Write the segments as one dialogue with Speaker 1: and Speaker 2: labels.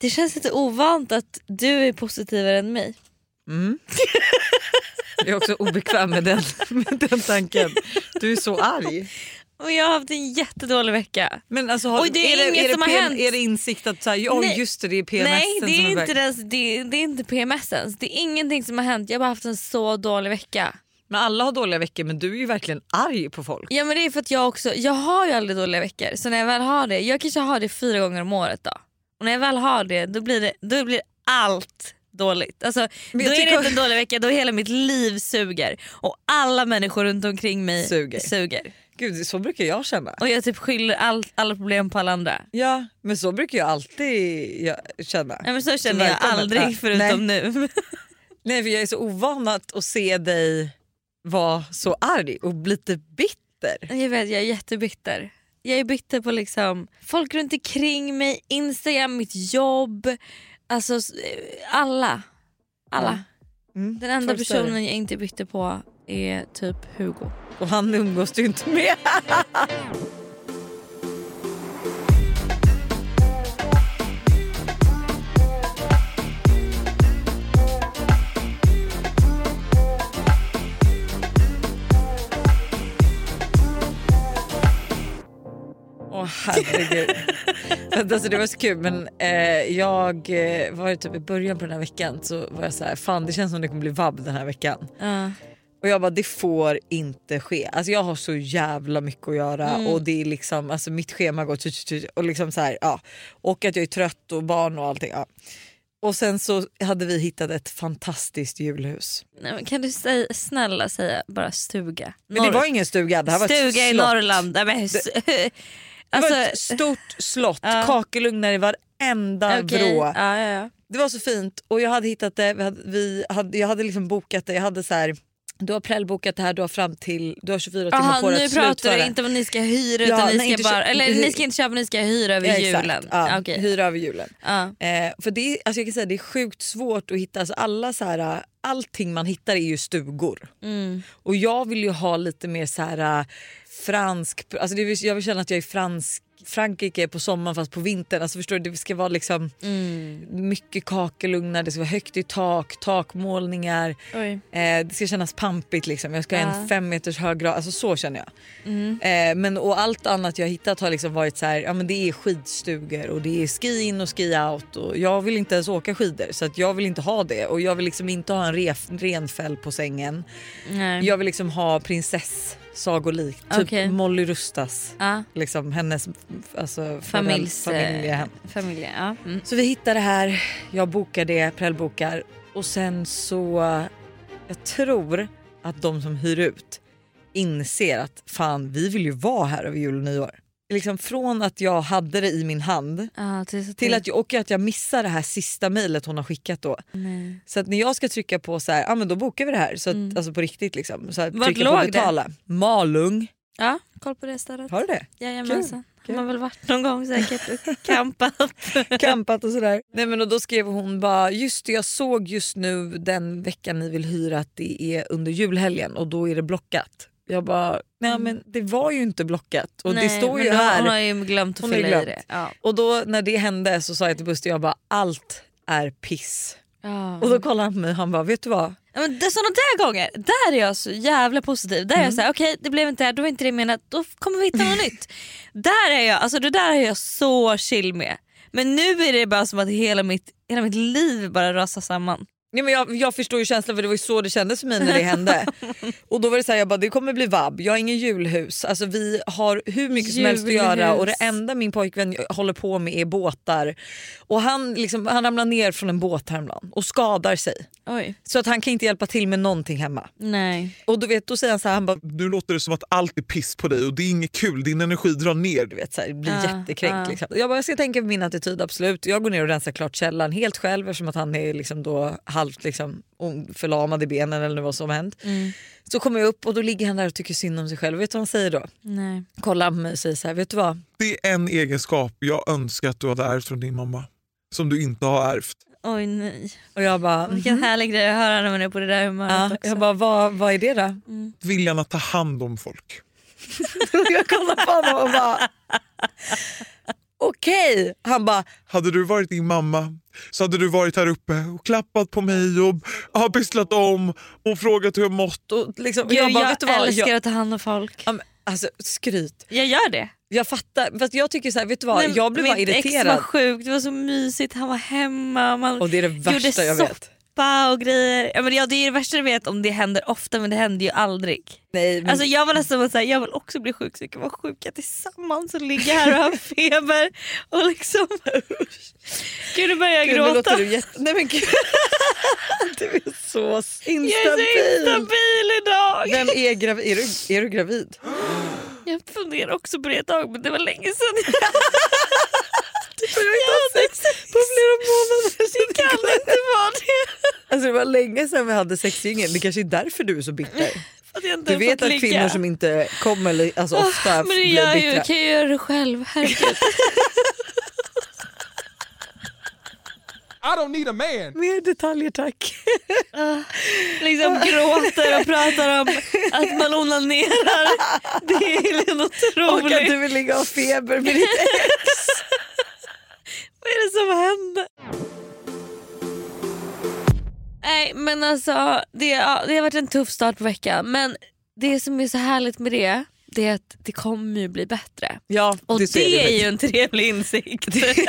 Speaker 1: Det känns lite ovant att du är positivare än mig.
Speaker 2: Jag är också obekväm med den tanken. Du är så arg.
Speaker 1: Och jag har haft en jättedålig vecka.
Speaker 2: Men alltså,
Speaker 1: och det är inget som har hänt.
Speaker 2: Är det insikt att säga, just det är PMS?
Speaker 1: Nej, det är inte det är inte PMS. Det är ingenting som har hänt. Jag har bara haft en så dålig vecka.
Speaker 2: Men alla har dåliga veckor, men du är ju verkligen arg på folk.
Speaker 1: Ja, men det är för att jag har ju aldrig dåliga veckor. Så när jag väl har det, jag kanske har det 4 gånger om året då. Och när jag väl har det, då blir allt dåligt. Alltså, då är det inte en dålig vecka, då hela mitt liv suger. Och alla människor runt omkring mig suger.
Speaker 2: Gud, så brukar jag känna.
Speaker 1: Och jag typ skyller alla problem på alla andra.
Speaker 2: Ja, men så brukar jag alltid känna.
Speaker 1: Ja, men så känner jag aldrig förutom nu.
Speaker 2: Nej, för jag är så ovan att se dig vara så arg och lite bitter.
Speaker 1: Jag vet, jag är jättebitter. Jag är bitter på liksom folk runt omkring mig, Instagram, mitt jobb. Alltså alla.
Speaker 2: Ja.
Speaker 1: Den enda personen jag inte är bitter på är typ Hugo.
Speaker 2: Och han umgås du inte med. Herregud. Alltså det var så kul, men jag var typ i början på den här veckan så var jag så här, fan det känns som det kommer bli vabb den här veckan. Och jag bara, det får inte ske. Alltså jag har så jävla mycket att göra och det är liksom, alltså mitt schema går och liksom så här, ja. Och att jag är trött och barn och allting, ja. Och sen så hade vi hittat ett fantastiskt julhus.
Speaker 1: Nej, men kan du snälla säga bara stuga?
Speaker 2: Men det var ingen stuga, det här var ett
Speaker 1: stuga i Norrland.
Speaker 2: Det var ett stort slott, kakelugnar i varenda vrå.
Speaker 1: Ja.
Speaker 2: Det var så fint och jag hade hittat det, jag hade liksom bokat det, jag hade så här, du har prälbokat det här, du har 24 timmar på dig att slutföra. Nu pratar
Speaker 1: du inte om att ni ska hyra utan ni ska inte köpa, ni ska hyra över julen.
Speaker 2: Ja, okay. Hyra över julen. För det är, alltså jag kan säga, det är sjukt svårt att hitta, alltså alla så här, allting man hittar är ju stugor. Och jag vill ju ha lite mer så här fransk, alltså jag vill känna att jag är Frankrike på sommaren fast på vintern, alltså förstår du, det ska vara liksom mycket kakelugnar, det ska vara högt i takmålningar, det ska kännas pampigt liksom, jag ska ha en 5 meters hög grad, alltså så känner jag. Men och allt annat jag hittat har liksom varit så här, ja men det är skidstugor och det är ski in och ski out och jag vill inte ens åka skidor så att jag vill inte ha det och jag vill liksom inte ha en renfäll på sängen. Jag vill liksom ha prinsess sagolikt, typ Molly Rustas, liksom hennes alltså familj. Så vi hittar det här, jag bokar det, prälbokar och sen så jag tror att de som hyr ut inser att fan, vi vill ju vara här över jul och nyår. Liksom från att jag hade det i min hand till att jag missar det här sista mejlet hon har skickat då. Så att när jag ska trycka på så här, men då bokar vi det här så att, alltså på riktigt liksom, så här, trycka på betala. Malung.
Speaker 1: Ja, koll på det stället.
Speaker 2: Har du det?
Speaker 1: Jajamensan. Har man väl varit någon gång säkert
Speaker 2: campat och sådär. Nej men och då skrev hon bara, just det, jag såg just nu den veckan ni vill hyra att det är under julhelgen och då är det blockat. Jag bara, nej men det var ju inte blockat och det står ju här.
Speaker 1: Hon har ju glömt att fylla i det. Ja.
Speaker 2: Och då när det hände så sa jag till Buster, jag bara, allt är piss. Och då kollade han på mig, han bara, vet du vad?
Speaker 1: Ja, men det är såna där gånger, där är jag så jävla positiv. Där är jag så här, okej, det blev inte här, då är inte det menat, då kommer vi hitta något nytt. Där är jag, alltså det där är jag så chill med. Men nu är det bara som att hela mitt liv bara rasar samman.
Speaker 2: Nej, men jag förstår ju känslan, för det var ju så det kändes för mig när det hände. Och då var det så här, jag bara, det kommer bli vabb. Jag har ingen julhus. Alltså vi har hur mycket som helst att göra och det enda min pojkvän håller på med är båtar. Och han ramlar ner från en båt häromdagen och skadar sig.
Speaker 1: Oj.
Speaker 2: Så att han kan inte hjälpa till med någonting hemma.
Speaker 1: Nej.
Speaker 2: Och då säger han så här, han bara,
Speaker 3: nu låter det som att allt är piss på dig och det är inget kul, din energi drar ner.
Speaker 2: Du vet, så här, det blir jättekränkt. Liksom. Jag ska tänka på min attityd, absolut. Jag går ner och rensar klart källaren helt själv eftersom att han är liksom då halvt liksom förlamad i benen eller vad som har hänt. Så kommer jag upp och då ligger han där och tycker synd om sig själv. Vet du vad han säger då?
Speaker 1: Nej.
Speaker 2: Kollar på mig och säger så här, vet du vad?
Speaker 3: Det är en egenskap jag önskar att du hade ärvt från din mamma som du inte har ärvt.
Speaker 1: Oj nej.
Speaker 2: Och jag bara,
Speaker 1: vilken härlig grej att höra när man är på det där humöret också.
Speaker 2: Jag bara, vad är det då?
Speaker 3: Viljan att ta hand om folk.
Speaker 2: Jag kollar på honom och bara... okej. Han bara,
Speaker 3: hade du varit din mamma så hade du varit här uppe och klappat på mig och pysslat om och frågat hur jag mått.
Speaker 2: och liksom, och
Speaker 1: Gud,
Speaker 2: jag bara,
Speaker 1: jag
Speaker 2: vet du vad?
Speaker 1: älskar att ta hand om folk.
Speaker 2: Alltså skryt.
Speaker 1: Jag gör det.
Speaker 2: Jag fattar, fast jag tycker så här, vet du vad? Jag blev bara irriterad.
Speaker 1: Mitt ex var sjukt, det var så mysigt, han var hemma. Man
Speaker 2: och det är det värsta jag vet.
Speaker 1: Och grejer. Ja, men det är det värsta jag vet om det händer ofta, men det händer ju aldrig.
Speaker 2: Nej, men...
Speaker 1: Alltså jag var nästan så här, jag vill också bli sjuk så vi kan vara sjuka tillsammans och ligga här och ha feber och liksom gud, nu börjar jag gråta.
Speaker 2: Nej men gud. Du är så instabil.
Speaker 1: Jag är så instabil idag.
Speaker 2: Vem är gravid? Är du gravid?
Speaker 1: Jag funderar också på det ett tag, men det var länge sedan.
Speaker 2: Jag har inte haft sex på flera månader.
Speaker 1: Det kan inte vara det.
Speaker 2: Alltså det var länge sedan vi hade sexingen. Det kanske är därför du är så bitter. Du vet att kvinnor som inte kommer alltså ofta
Speaker 1: men det
Speaker 2: blir bittra.
Speaker 1: Jag kan ju göra det själv, herregud.
Speaker 4: I don't need a man.
Speaker 2: Mer detaljer tack.
Speaker 1: Liksom gråter och pratar om att man onanerar. Det är liksom otroligt.
Speaker 2: Och att du vill ligga och feber med ditt ex.
Speaker 1: Vad är det som händer? Nej men alltså det har varit en tuff start på veckan. Men det som är så härligt med det är att det kommer ju bli bättre.
Speaker 2: Ja,
Speaker 1: och det är ju en trevlig insikt.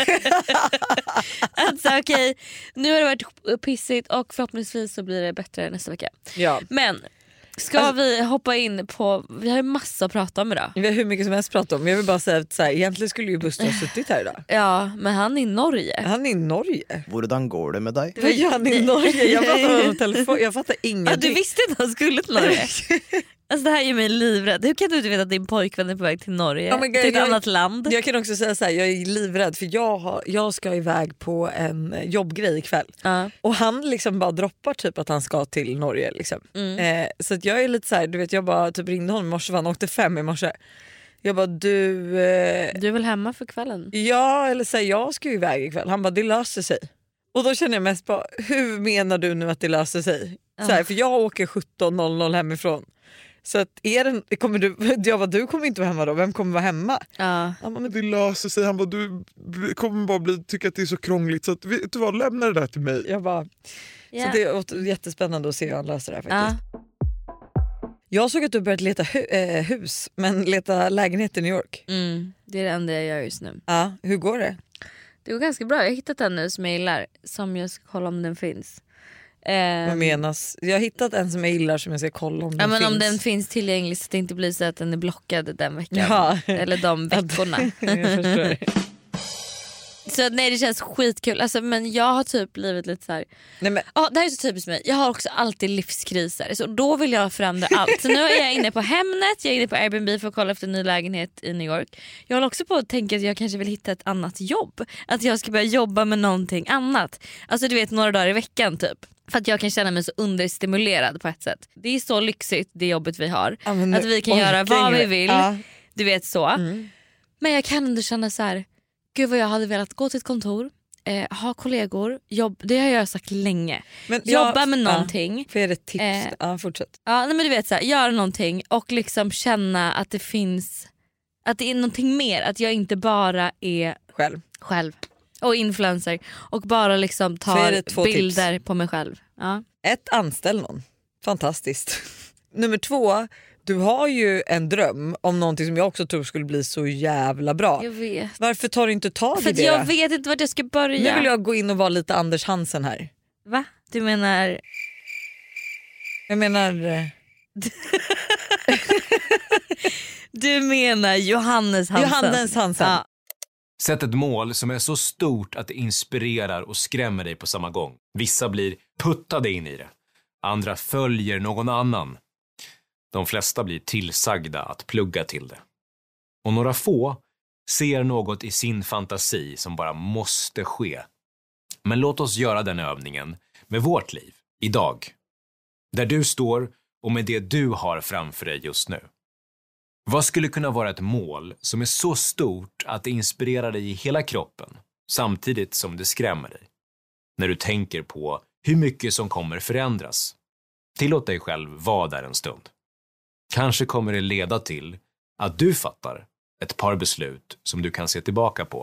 Speaker 1: Alltså okej, nu har det varit pissigt och förhoppningsvis så blir det bättre nästa vecka.
Speaker 2: Ja.
Speaker 1: Men ska vi hoppa in på, vi har ju massa att prata om idag.
Speaker 2: Vi har hur mycket som helst att prata om. Jag vill bara säga att så här, egentligen skulle ju Buster ha suttit här idag.
Speaker 1: Ja, men han är i Norge.
Speaker 2: Han är i Norge.
Speaker 5: Hvordan går det med dig?
Speaker 2: Vad gör han i Norge? Jag fattar telefon. Jag fattar ingenting.
Speaker 1: Du visste inte att han skulle till Norge. Alltså det här gör mig livrädd. Hur kan du inte veta att din pojkvän är på väg till Norge?
Speaker 2: God,
Speaker 1: till ett annat land?
Speaker 2: Jag kan också säga så här, jag är livrädd för jag ska iväg på en jobbgrej ikväll. Och han liksom bara droppar typ att han ska till Norge liksom. Så att jag är lite så här, du vet, jag bara typ ringde honom i morse, han åkte 5 i morse. Jag bara du
Speaker 1: är väl hemma för kvällen?
Speaker 2: Ja, eller så här, jag ska ju iväg ikväll. Han bara det löser sig. Och då känner jag mest bara, hur menar du nu att det löser sig? Så här, för jag åker 17:00 hemifrån. Så att kommer du kommer inte vara hemma då. Vem kommer vara hemma?
Speaker 1: Ja.
Speaker 3: Men det löser sig. Han bara, du kommer bara tycka att det är så krångligt. Så att, vet du vad, lämna det där till mig.
Speaker 2: Jag bara, så det är jättespännande att se hur han löser det här faktiskt. Jag såg att du börjat leta hus, men leta lägenhet i New York.
Speaker 1: Det är det enda jag gör just nu.
Speaker 2: Ja, hur går det?
Speaker 1: Det går ganska bra. Jag har hittat en nu som jag gillar, som jag ska kolla om den finns.
Speaker 2: Vad menas? Jag har hittat en som jag gillar som jag ska kolla om den finns.
Speaker 1: Om den finns tillgänglig så att det inte blir så att den är blockad den veckan. Eller de veckorna.
Speaker 2: Jag förstår.
Speaker 1: Så nej, det känns skitkul. Alltså, men jag har typ blivit lite så här. Nej, men... det här är så typiskt mig. Jag har också alltid livskriser. Så då vill jag förändra allt. Så nu är jag inne på Hemnet, jag är inne på Airbnb för att kolla efter en ny lägenhet i New York. Jag håller också på att tänka att jag kanske vill hitta ett annat jobb. Att jag ska börja jobba med någonting annat. Alltså du vet, några dagar i veckan typ. För att jag kan känna mig så understimulerad på ett sätt. Det är så lyxigt det jobbet vi har. Att vi kan göra vad vi vill. Du vet så. Men jag kan ändå känna så här. Gud vad jag hade velat gå till ett kontor, ha kollegor, det har jag sagt länge. Men jobba med någonting.
Speaker 2: För ett tips. Fortsätt.
Speaker 1: Men du vet så här, göra någonting och liksom känna att det finns, att det är någonting mer, att jag inte bara är själv och influencer och bara liksom tar bilder på mig själv.
Speaker 2: Ett, anställ någon. Fantastiskt. Nummer 2, du har ju en dröm om någonting som jag också tror skulle bli så jävla bra.
Speaker 1: Jag vet.
Speaker 2: Varför tar du inte tag i det?
Speaker 1: För jag vet inte vart jag ska börja.
Speaker 2: Nu vill jag gå in och vara lite Anders Hansen här.
Speaker 1: Va? Du menar...
Speaker 2: Jag menar...
Speaker 1: Du menar Johannes Hansen.
Speaker 2: Johannes Hansen. Ja.
Speaker 4: Sätt ett mål som är så stort att det inspirerar och skrämmer dig på samma gång. Vissa blir puttade in i det. Andra följer någon annan. De flesta blir tillsagda att plugga till det. Och några få ser något i sin fantasi som bara måste ske. Men låt oss göra den övningen med vårt liv, idag. Där du står och med det du har framför dig just nu. Vad skulle kunna vara ett mål som är så stort att det inspirerar dig i hela kroppen, samtidigt som det skrämmer dig? När du tänker på hur mycket som kommer förändras. Tillåt dig själv vara där en stund. Kanske kommer det leda till att du fattar ett par beslut som du kan se tillbaka på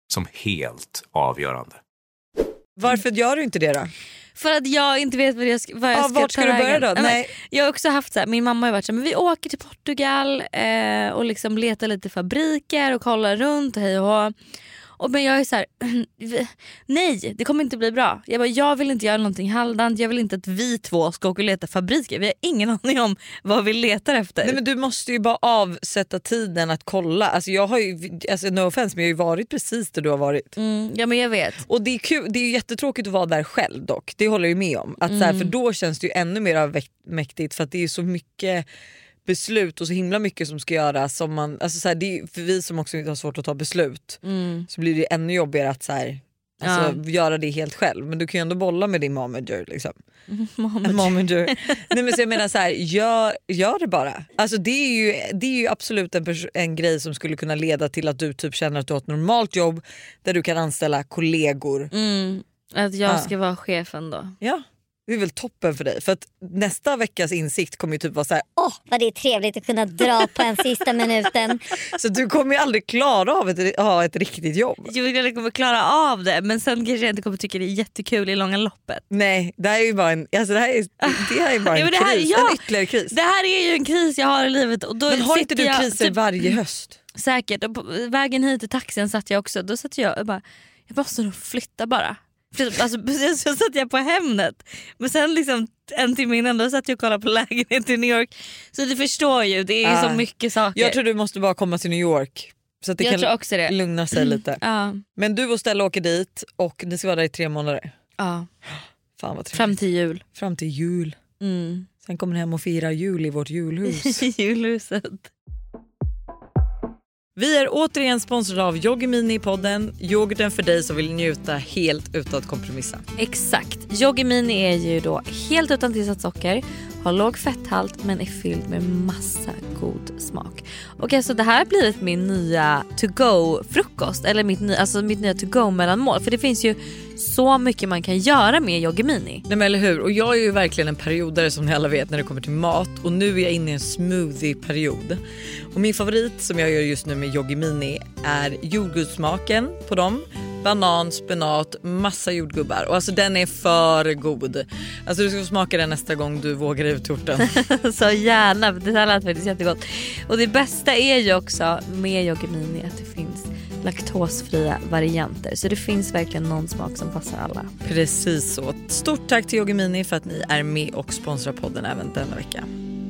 Speaker 4: som helt avgörande.
Speaker 2: Varför gör du inte det då?
Speaker 1: För att jag inte vet vad jag ska
Speaker 2: vart ska
Speaker 1: ta
Speaker 2: du börja
Speaker 1: vägen.
Speaker 2: då? Nej.
Speaker 1: Jag har också haft så här, min mamma har varit så här, men vi åker till Portugal och liksom letar lite fabriker och kollar runt och hej och hå. Men jag är så här, nej det kommer inte bli bra. Jag vill inte göra någonting halvdant. Jag vill inte att vi två ska åka och leta fabriker. Vi har ingen aning om vad vi letar efter.
Speaker 2: Nej, men du måste ju bara avsätta tiden att kolla. Alltså jag har ju, no offense, men jag har ju varit precis där du har varit.
Speaker 1: Ja men jag vet.
Speaker 2: Och det är kul, det är ju jättetråkigt att vara där själv dock. Det håller jag ju med om. Att så här, för då känns det ju ännu mer mäktigt för att det är så mycket beslut och så himla mycket som ska göras som man, alltså så här, det är, för vi som också har svårt att ta beslut så blir det ännu jobbigare att så här, alltså, göra det helt själv. Men du kan ju ändå bolla med din momager liksom. Momager. Nej men så jag menar så här, gör det bara. Alltså det är ju absolut en grej som skulle kunna leda till att du typ känner att du har ett normalt jobb där du kan anställa kollegor.
Speaker 1: Att jag ska vara chefen då.
Speaker 2: Ja. Det är väl toppen för dig. För att nästa veckas insikt kommer ju typ vara så här:
Speaker 5: vad det är trevligt att kunna dra på en sista minuten.
Speaker 2: Så du kommer ju aldrig klara av att ha ett riktigt jobb.
Speaker 1: Jag kommer klara av det, men sen kanske jag inte kommer tycka det är jättekul i långa loppet.
Speaker 2: Nej, det här är ju bara en, alltså det här är bara en kris, en ytterligare kris.
Speaker 1: Det här är ju en kris jag har i livet. Och då
Speaker 2: men har inte du kriser
Speaker 1: typ
Speaker 2: varje höst?
Speaker 1: Säkert, och på vägen hit till taxin satt jag också. Då satt jag bara, jag måste nog flytta bara. Alltså, så satt jag på Hemnet. Men sen liksom en timme innan då satt jag och kollade på lägenhet i New York. Så du förstår ju, det är så mycket saker.
Speaker 2: Jag tror du måste bara komma till New York så att det kan också lugna sig lite. Men du och Stella åker dit och ni ska vara där i 3 månader.
Speaker 1: Ja.
Speaker 2: Fan vad trevligt.
Speaker 1: Fram till jul.
Speaker 2: Sen kommer ni hem och fira jul i vårt julhus.
Speaker 1: Julhuset.
Speaker 2: Vi är återigen sponsrade av Yoggi Mini i podden. Yoghurten för dig som vill njuta helt utan att kompromissa.
Speaker 1: Exakt. Yoggi Mini är ju då helt utan tillsatt socker, har låg fetthalt men är fylld med massa god smak. Och alltså det här har blivit min nya to-go-frukost. Eller mitt nya to-go-mellanmål. För det finns ju så mycket man kan göra med Yoggi Mini.
Speaker 2: Nej men eller hur? Och jag är ju verkligen en periodare som ni alla vet när det kommer till mat. Och nu är jag inne i en smoothie-period. Och min favorit som jag gör just nu med Yoggi Mini är jordgubbssmaken på dem. Banan, spenat, massa jordgubbar. Och alltså den är för god. Alltså du ska smaka den nästa gång du vågar ut torten.
Speaker 1: Så gärna, det här lät faktiskt jättegott. Och det bästa är ju också med Yoggi Mini att det finns laktosfria varianter. Så det finns verkligen någon smak som passar alla.
Speaker 2: Precis så. Stort tack till Yoggi Mini för att ni är med och sponsrar podden även denna vecka.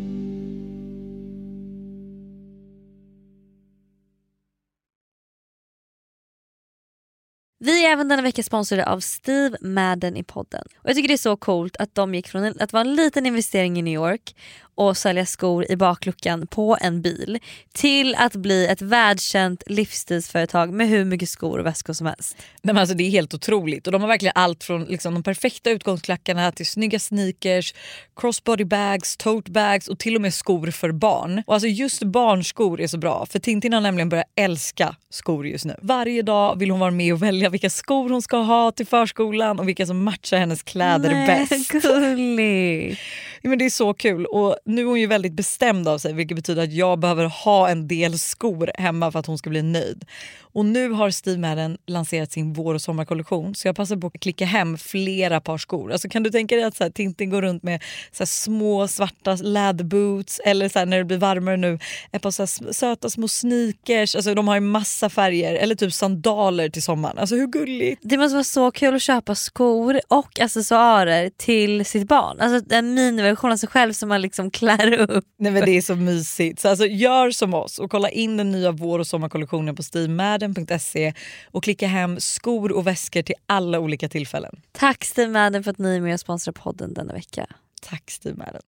Speaker 1: Vi är även denna vecka sponsrade av Steve Madden i podden. Och jag tycker det är så coolt att de gick från att vara en liten investering i New York och sälja skor i bakluckan på en bil till att bli ett världskänt livsstilsföretag med hur mycket skor och väskor som helst.
Speaker 2: Nej, men alltså, det är helt otroligt och de har verkligen allt från liksom, de perfekta utgångsklackarna till snygga sneakers, crossbody bags, tote bags och till och med skor för barn. Och alltså just barnskor är så bra för Tintin har nämligen börjat älska skor just nu. Varje dag vill hon vara med och välja vilka skor hon ska ha till förskolan och vilka som matchar hennes kläder bäst.
Speaker 1: Gullig.
Speaker 2: Ja, men det är så kul och nu är hon ju väldigt bestämd av sig vilket betyder att jag behöver ha en del skor hemma för att hon ska bli nöjd. Och nu har Steve Madden lanserat sin vår- och sommarkollektion så jag passar på att klicka hem flera par skor. Alltså kan du tänka dig att så här, Tintin går runt med så här, små svarta läderboots eller så här, när det blir varmare nu ett par så här, söta små sneakers. Alltså de har ju massa färger eller typ sandaler till sommaren. Alltså hur gulligt?
Speaker 1: Det måste vara så kul att köpa skor och accessoarer till sitt barn. Alltså en miniversion av sig själv som man liksom klär upp.
Speaker 2: Nej men det är så mysigt. Så alltså gör som oss och kolla in den nya vår- och sommarkollektionen på stevemadden.se och klicka hem skor och väskor till alla olika tillfällen.
Speaker 1: Tack Steve Madden för att ni är med och sponsrar podden denna vecka.
Speaker 2: Tack Steve Madden.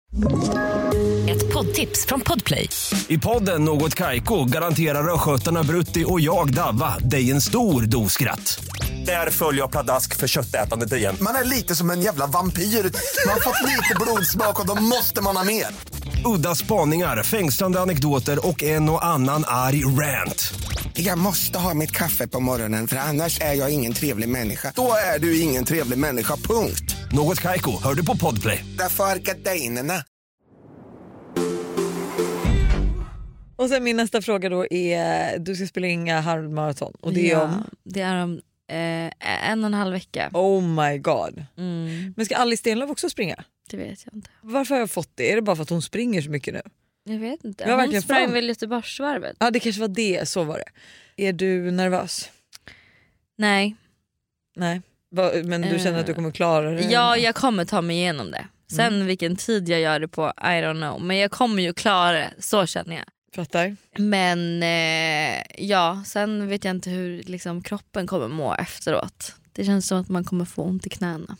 Speaker 6: Ett poddtips från Podplay.
Speaker 7: I podden Något Kaiko garanterar röskötarna Brutti och jag Davva dig en stor doskratt. Där följer jag pladask för köttätandet igen.
Speaker 8: Man är lite som en jävla vampyr. Man har fått lite blodsmak och då måste man ha mer.
Speaker 7: Udda spaningar, fängslande anekdoter och en och annan arg rant.
Speaker 8: Jag måste ha mitt kaffe på morgonen för annars är jag ingen trevlig människa. Då är du ingen trevlig människa, punkt.
Speaker 7: Något Kaiko, hör du på Podplay.
Speaker 8: Därför är gardinerna.
Speaker 2: Och sen min nästa fråga då är, du ska spela inga halvmaraton och det är om?
Speaker 1: Det är om 1,5 vecka.
Speaker 2: Oh my god. Men ska Alice Stenlöf också springa?
Speaker 1: Det vet jag inte.
Speaker 2: Varför har jag fått det? Är det bara för att hon springer så mycket nu?
Speaker 1: Jag vet inte. Hon sprang väl Göteborgsvarvet?
Speaker 2: Ja, det kanske var det, så var det. Är du nervös?
Speaker 1: Nej.
Speaker 2: Men du känner att du kommer klara det?
Speaker 1: Ja, jag kommer ta mig igenom det. Sen vilken tid jag gör det på, I don't know. Men jag kommer ju klara det, så känner jag.
Speaker 2: Fattar.
Speaker 1: Men sen vet jag inte hur liksom, kroppen kommer må efteråt. Det känns som att man kommer få ont i knäna.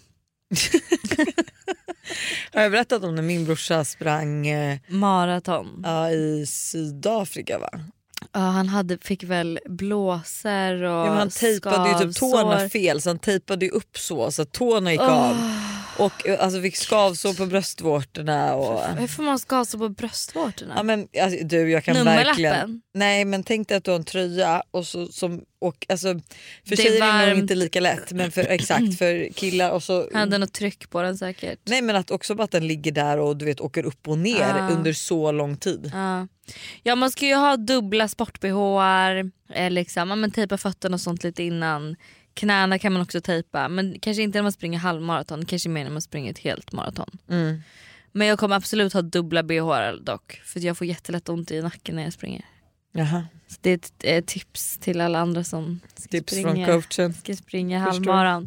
Speaker 2: Har jag berättat om när min brorsa sprang
Speaker 1: maraton
Speaker 2: i Sydafrika, va?
Speaker 1: Ja, han fick väl blåsor och
Speaker 2: han tejpade ju typ tårna fel, så han tejpade ju upp så att tårna gick av. Och alltså fick skavsår på bröstvårtorna.
Speaker 1: Hur får man skavsår på bröstvårtorna?
Speaker 2: Ja, men, alltså, jag kan verkligen... Nej, men tänk dig att du har en tröja och alltså, för tjejer är det nog inte lika lätt, men för killar och så...
Speaker 1: Hade något tryck på den säkert.
Speaker 2: Nej, men att också bara att den ligger där och du vet åker upp och ner under så lång tid.
Speaker 1: Ja, man ska ju ha dubbla sport-BH:ar, liksom, men tejpa fötterna och sånt lite innan. Knäna kan man också tejpa, men kanske inte när man springer halvmaraton, kanske mer när man springer ett helt maraton. Men jag kommer absolut ha dubbla BH:ar dock, för jag får jättelätt ont i nacken när jag springer.
Speaker 2: Jaha.
Speaker 1: Så det är ett tips till alla andra som ska springa halvmaran.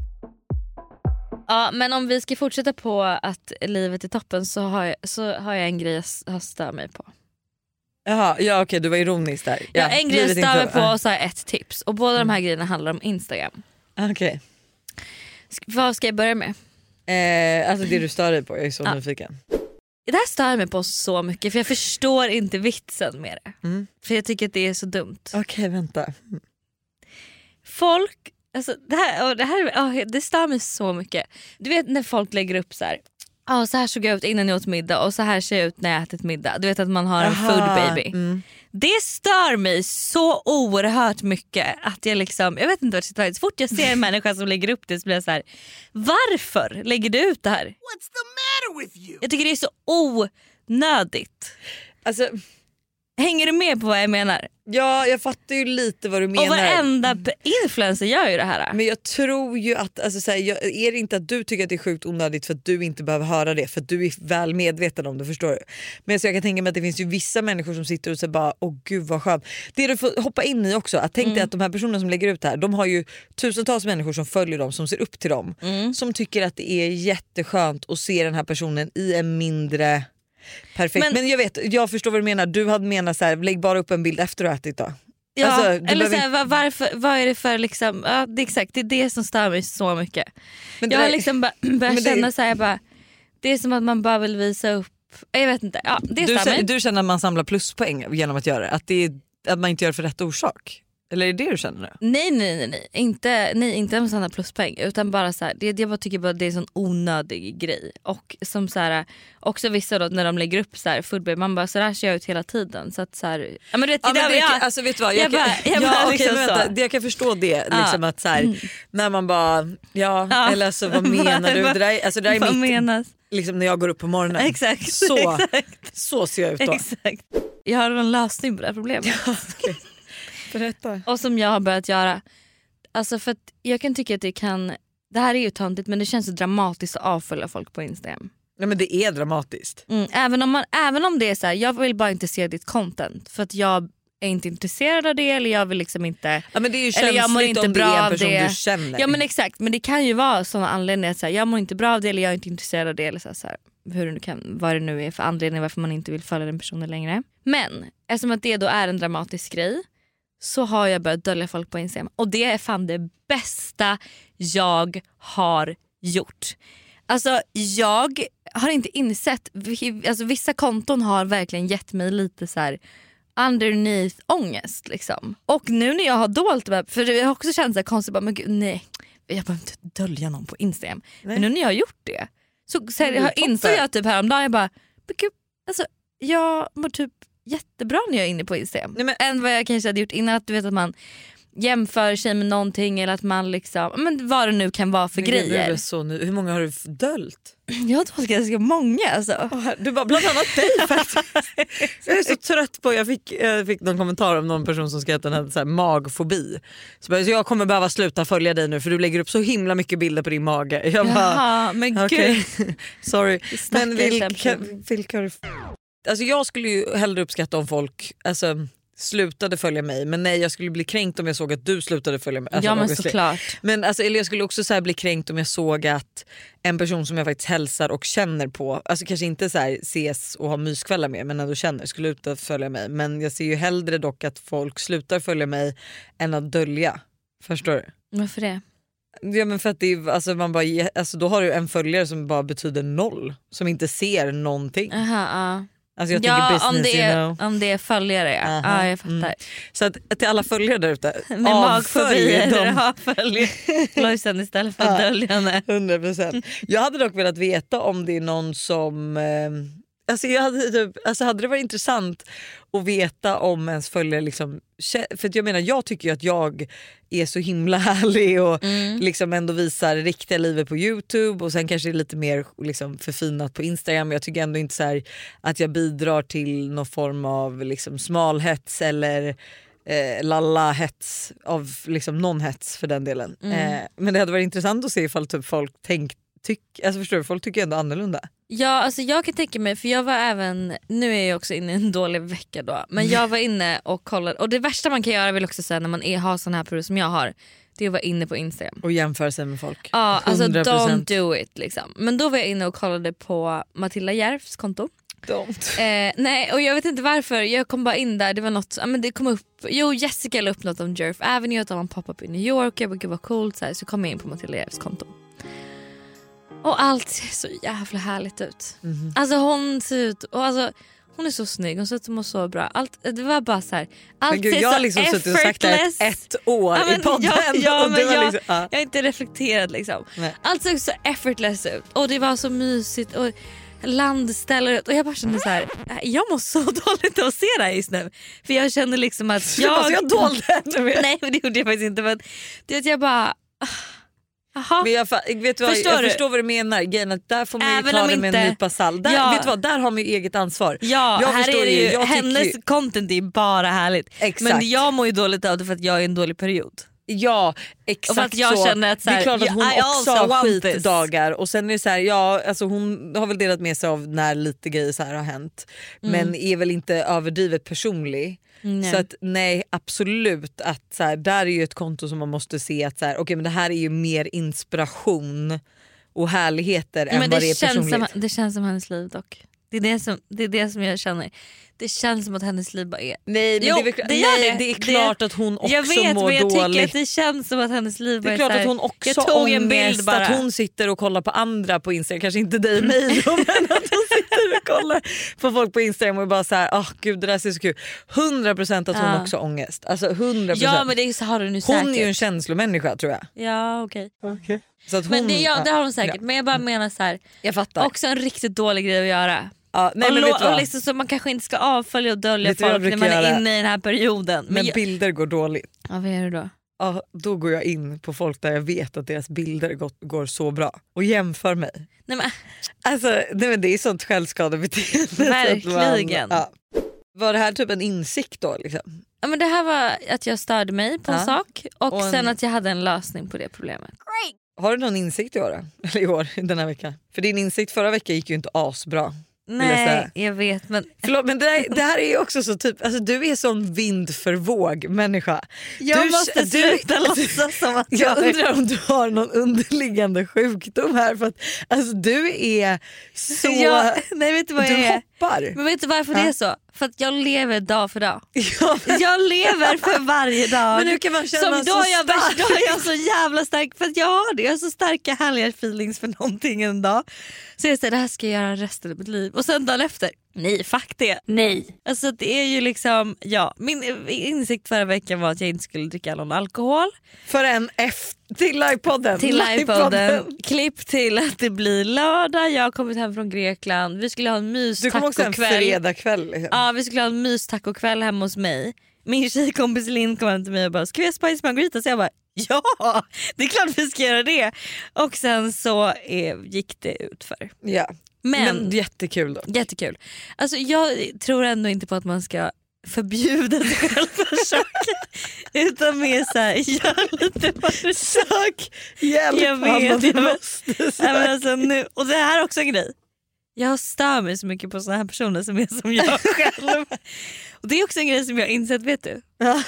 Speaker 1: Ja, men om vi ska fortsätta på att livet är toppen så har jag en grej jag stör mig på.
Speaker 2: Jaha, ja okej, du var ironisk där.
Speaker 1: Ja, en grej jag stör mig på och så har jag ett tips. Och båda de här grejerna handlar om Instagram.
Speaker 2: Okej.
Speaker 1: Vad ska jag börja med?
Speaker 2: Alltså det du stör dig på, jag är så nyfiken.
Speaker 1: Det här stör mig på så mycket, för jag förstår inte vitsen med det. För jag tycker att det är så dumt.
Speaker 2: Okej, vänta.
Speaker 1: Folk, alltså det stör mig så mycket. Du vet när folk lägger upp så här: så här såg jag ut innan jag åt middag och så här ser jag ut när jag ätit middag. Du vet att man har en food baby. Det stör mig så oerhört mycket att jag liksom, jag vet inte vad det ska ta. Så fort jag ser en människa som lägger upp det så blir jag så här: varför lägger du ut det här?
Speaker 8: What's the matter with you?
Speaker 1: Jag tycker det är så onödigt.
Speaker 2: Alltså,
Speaker 1: hänger du med på vad jag menar?
Speaker 2: Ja, jag fattar ju lite vad du menar.
Speaker 1: Och varenda influencer gör ju det här.
Speaker 2: Men jag tror ju att, alltså, så här, är det inte att du tycker att det är sjukt onödigt för att du inte behöver höra det, för att du är väl medveten om det, förstår du? Men så jag kan tänka mig att det finns ju vissa människor som sitter och säger bara, åh gud vad skönt. Det du får hoppa in i också, att tänk dig att de här personerna som lägger ut det här, de har ju tusentals människor som följer dem, som ser upp till dem, som tycker att det är jätteskönt att se den här personen i en mindre... Perfekt, men jag förstår vad du menar. Du hade menat så här: lägg bara upp en bild efter att du ätit då.
Speaker 1: Ja,
Speaker 2: alltså,
Speaker 1: eller så här, vad är det för liksom, ja, det är exakt, det är det som stör mig så mycket. Men jag har liksom börjat känna så här, det är som att man bara vill visa upp, jag vet inte, ja, det stör mig.
Speaker 2: Du känner att man samlar pluspoäng genom att göra det, att man inte gör det för rätt orsak? Eller är det du känner nu?
Speaker 1: Nej. Inte en sån här pluspoäng, utan bara så här, jag bara tycker bara det är en sån onödig grej. Och som så här, också vissa då när de lägger upp så här foodbabe, man bara så där ser jag ut hela tiden, så att så här, ja men du vet,
Speaker 2: alltså vet du vad, jag kan förstå det liksom, att så här, när man bara eller så vad menar du? Det där är mitt, liksom när jag går upp på morgonen.
Speaker 1: Exakt.
Speaker 2: Så ser jag ut då.
Speaker 1: Exakt. Jag har en lösning på det här problemet.
Speaker 2: Okay. Berätta.
Speaker 1: Och som jag har börjat göra. Alltså för att jag kan tycka att det här är ju töntigt, men det känns så dramatiskt att avfölja folk på Instagram.
Speaker 2: Nej, men det är dramatiskt.
Speaker 1: Även om det är så här, jag vill bara inte se ditt content för att jag är inte intresserad av det, eller jag vill liksom inte,
Speaker 2: ja, men det är ju
Speaker 1: eller jag mår inte
Speaker 2: om
Speaker 1: bra
Speaker 2: det är en
Speaker 1: av
Speaker 2: person
Speaker 1: det.
Speaker 2: Du känner.
Speaker 1: Ja men exakt, men det kan ju vara såna anledningar att jag mår inte bra av det, eller jag är inte intresserad av det, eller så här, hur det kan, vad det nu är för anledning varför man inte vill följa den personen längre. Men eftersom att det då är en dramatisk grej, så har jag börjat dölja folk på Instagram. Och det är fan det bästa jag har gjort. Alltså jag har inte insett, alltså vissa konton har verkligen gett mig lite så här underneath ångest liksom. Och nu när jag har dolt det, för jag har också känt så här konstigt, bara, men gud, nej, jag behöver inte dölja någon på Instagram. Nej. Men nu när jag har gjort det så insåg jag typ häromdagen, jag bara, men gud, alltså jag mår typ jättebra när jag är inne på Instagram. Än vad jag kanske hade gjort innan, att du vet att man jämför sig med någonting eller att man liksom, men vad det nu kan vara för grejer.
Speaker 2: Så nu. Hur många har du dölt?
Speaker 1: Jag har tagit ganska många alltså.
Speaker 2: Du bara bland annat dig faktiskt. Jag är så trött på, jag fick någon kommentar om någon person som skrev att den hade så här magfobi. Så jag kommer behöva sluta följa dig nu för du lägger upp så himla mycket bilder på din mage. Jag bara,
Speaker 1: jaha, men gud.
Speaker 2: Sorry. Men vilka alltså jag skulle ju hellre uppskatta om folk slutade följa mig, men nej, jag skulle bli kränkt om jag såg att du slutade följa mig. Alltså,
Speaker 1: ja, men såklart.
Speaker 2: Men alltså, eller jag skulle också så här bli kränkt om jag såg att en person som jag faktiskt hälsar och känner på, alltså kanske inte så här ses och ha myskvällar med, men ändå känner, skulle sluta följa mig. Men jag ser ju hellre dock att folk slutar följa mig än att dölja. Förstår du?
Speaker 1: Varför det?
Speaker 2: Ja, men för att det är, alltså, man bara, alltså, då har du en följare som bara betyder noll, som inte ser någonting.
Speaker 1: Aha,
Speaker 2: Alltså jag tänker business,
Speaker 1: om det är följare, ja, jag fattar.
Speaker 2: Så att till alla följare där ute,
Speaker 1: med magfobier, följ Lojsan istället för att dölja henne.
Speaker 2: 100%. Jag hade dock velat veta om det är någon som hade det varit intressant att veta om ens följare liksom, för att jag menar, jag tycker ju att jag är så himla härlig och liksom ändå visar riktiga livet på YouTube och sen kanske är lite mer liksom förfinat på Instagram. Jag tycker ändå inte så här att jag bidrar till någon form av liksom smalhets eller lalla-hets av liksom någon hets för den delen. Men det hade varit intressant att se ifall typ folk förstår du, folk tycker ändå annorlunda.
Speaker 1: Ja, alltså jag kan tänka mig, för jag var även, nu är jag också inne i en dålig vecka då, men jag var inne och kollade, och det värsta man kan göra vill också säga när man har sån här period som jag har, det är att vara inne på Instagram
Speaker 2: och jämföra sig med folk.
Speaker 1: Ja, alltså 100%. Don't do it liksom. Men då var jag inne och kollade på Matilda Järfs konto. Nej, och jag vet inte varför, jag kom bara in där, det var något, men det kom upp, Jessica la upp något om Jerf Avenue, att de var en pop-up i New York, jag bara, gud vad coolt, så kom jag in på Matilda Järfs konto. Och allt ser så jävla härligt ut. Alltså hon ser ut, och alltså hon är så snygg, hon ser ut som hon så bra. Allt, det var bara så här, allt
Speaker 2: gud,
Speaker 1: ser
Speaker 2: jag
Speaker 1: så
Speaker 2: har liksom suttit och sagt det ett år i podden.
Speaker 1: Jag har inte reflekterat liksom. Nej. Allt såg så effortless ut och det var så mysigt och landställer, och jag bara kände så här, jag mår så dåligt av att se det här just nu, för jag kände liksom att
Speaker 2: jag dolde det.
Speaker 1: Nej, men det gjorde jag faktiskt inte, men det att jag bara aha.
Speaker 2: Men jag förstår vad du menar. Där får man ju ta det med en nypa salt. Vet du vad, där har man ju eget ansvar.
Speaker 1: Ja, jag här är det ju, hennes content är bara härligt. Exakt. Men jag mår ju dåligt av det för att jag är i en dålig period.
Speaker 2: Ja, exakt. Och för
Speaker 1: att jag känner att så här,
Speaker 2: det är klart att hon också har skitdagar. Och sen är det så här, alltså hon har väl delat med sig av när lite grejer så här har hänt. Men är väl inte överdrivet personlig. Nej. Så att nej, absolut att så här, där är ju ett konto som man måste se att så här, okej, men det här är ju mer inspiration och härligheter än vad det är personligt.
Speaker 1: Det känns som hennes liv dock. Det är det som jag känner. Det känns som att hennes liv bara är...
Speaker 2: Nej, men det är klart att hon också mår dåligt. Jag vet, men jag tycker
Speaker 1: att det känns som att hennes liv bara är...
Speaker 2: Det är klart att hon också jag tog en bild bara. Att hon sitter och kollar på andra på Instagram. Kanske inte dig och mig, men att hon sitter och kollar på folk på Instagram och bara så här, gud, det där ser så kul. 100% att hon också har ångest. Alltså 100%.
Speaker 1: Ja, men det har du nu säkert.
Speaker 2: Hon är ju en känslomänniska, tror jag.
Speaker 1: Ja, okej.
Speaker 2: Så att hon,
Speaker 1: men det har hon säkert. Ja. Men jag bara menar så här,
Speaker 2: jag fattar.
Speaker 1: Också en riktigt dålig grej att göra.
Speaker 2: Ja, nej, men
Speaker 1: och liksom, så man kanske inte ska avfölja och dölja folk när man är inne i den här perioden.
Speaker 2: Men bilder går dåligt.
Speaker 1: Ja, vad gör du då?
Speaker 2: Ja, då går jag in på folk där jag vet att deras bilder går så bra och jämför mig.
Speaker 1: Nej, men.
Speaker 2: Alltså, det är sånt självskadebeteende.
Speaker 1: Verkligen.
Speaker 2: Var det här typ en insikt då? Liksom?
Speaker 1: Ja, men det här var att jag störde mig på en sak och sen att jag hade en lösning på det problemet.
Speaker 5: Great.
Speaker 2: Har du någon insikt i år? Eller i år, den här veckan? För din insikt förra veckan gick ju inte asbra.
Speaker 1: Nej, jag vet, men...
Speaker 2: Förlåt, men det här är ju också så typ, alltså du är sån vind för våg människa.
Speaker 1: Jag måste sluta låtsas som att
Speaker 2: jag undrar om du har någon underliggande sjukdom här, för att alltså du är så...
Speaker 1: nej, vet du vad jag är?
Speaker 2: Hoppar.
Speaker 1: Men vet du varför det är så? För att jag lever dag för dag. Jag lever för varje dag.
Speaker 2: Men hur kan man känna
Speaker 1: som
Speaker 2: så stark?
Speaker 1: Då är jag så jävla stark, för att jag har det. Jag har så starka härliga feelings för någonting en dag. Så jag säger, det här ska jag göra resten av mitt liv. Och sen dagen efter, nej, fuck det. Nej. Alltså det är ju liksom, min insikt förra veckan var att jag inte skulle dricka någon alkohol.
Speaker 2: För en till livepodden.
Speaker 1: Till livepodden. Klipp till att det blir lördag. Jag har kommit hem från Grekland. Vi skulle ha en mystacokväll.
Speaker 2: Du kom också en fredagkväll. Liksom.
Speaker 1: Ja, vi skulle ha en mystacokväll hemma hos mig. min tjejkompis Linn kom hem till mig och bara, ska vi ha Spice Margarita? Så jag bara, ja, det är klart vi ska göra det. Och sen så gick det utför.
Speaker 2: Ja. Men jättekul då.
Speaker 1: Jättekul. Alltså jag tror ändå inte på att man ska förbjuda sig själv försök, utan mer såhär, gör lite vad du sök.
Speaker 2: Hjälp,
Speaker 1: jag vet,
Speaker 2: du måste söka.
Speaker 1: Men alltså, nu, och det här är också en grej. Jag stör mig så mycket på såna här personer som är som jag själv. Och det är också en grej som jag har insett, vet du. Ja.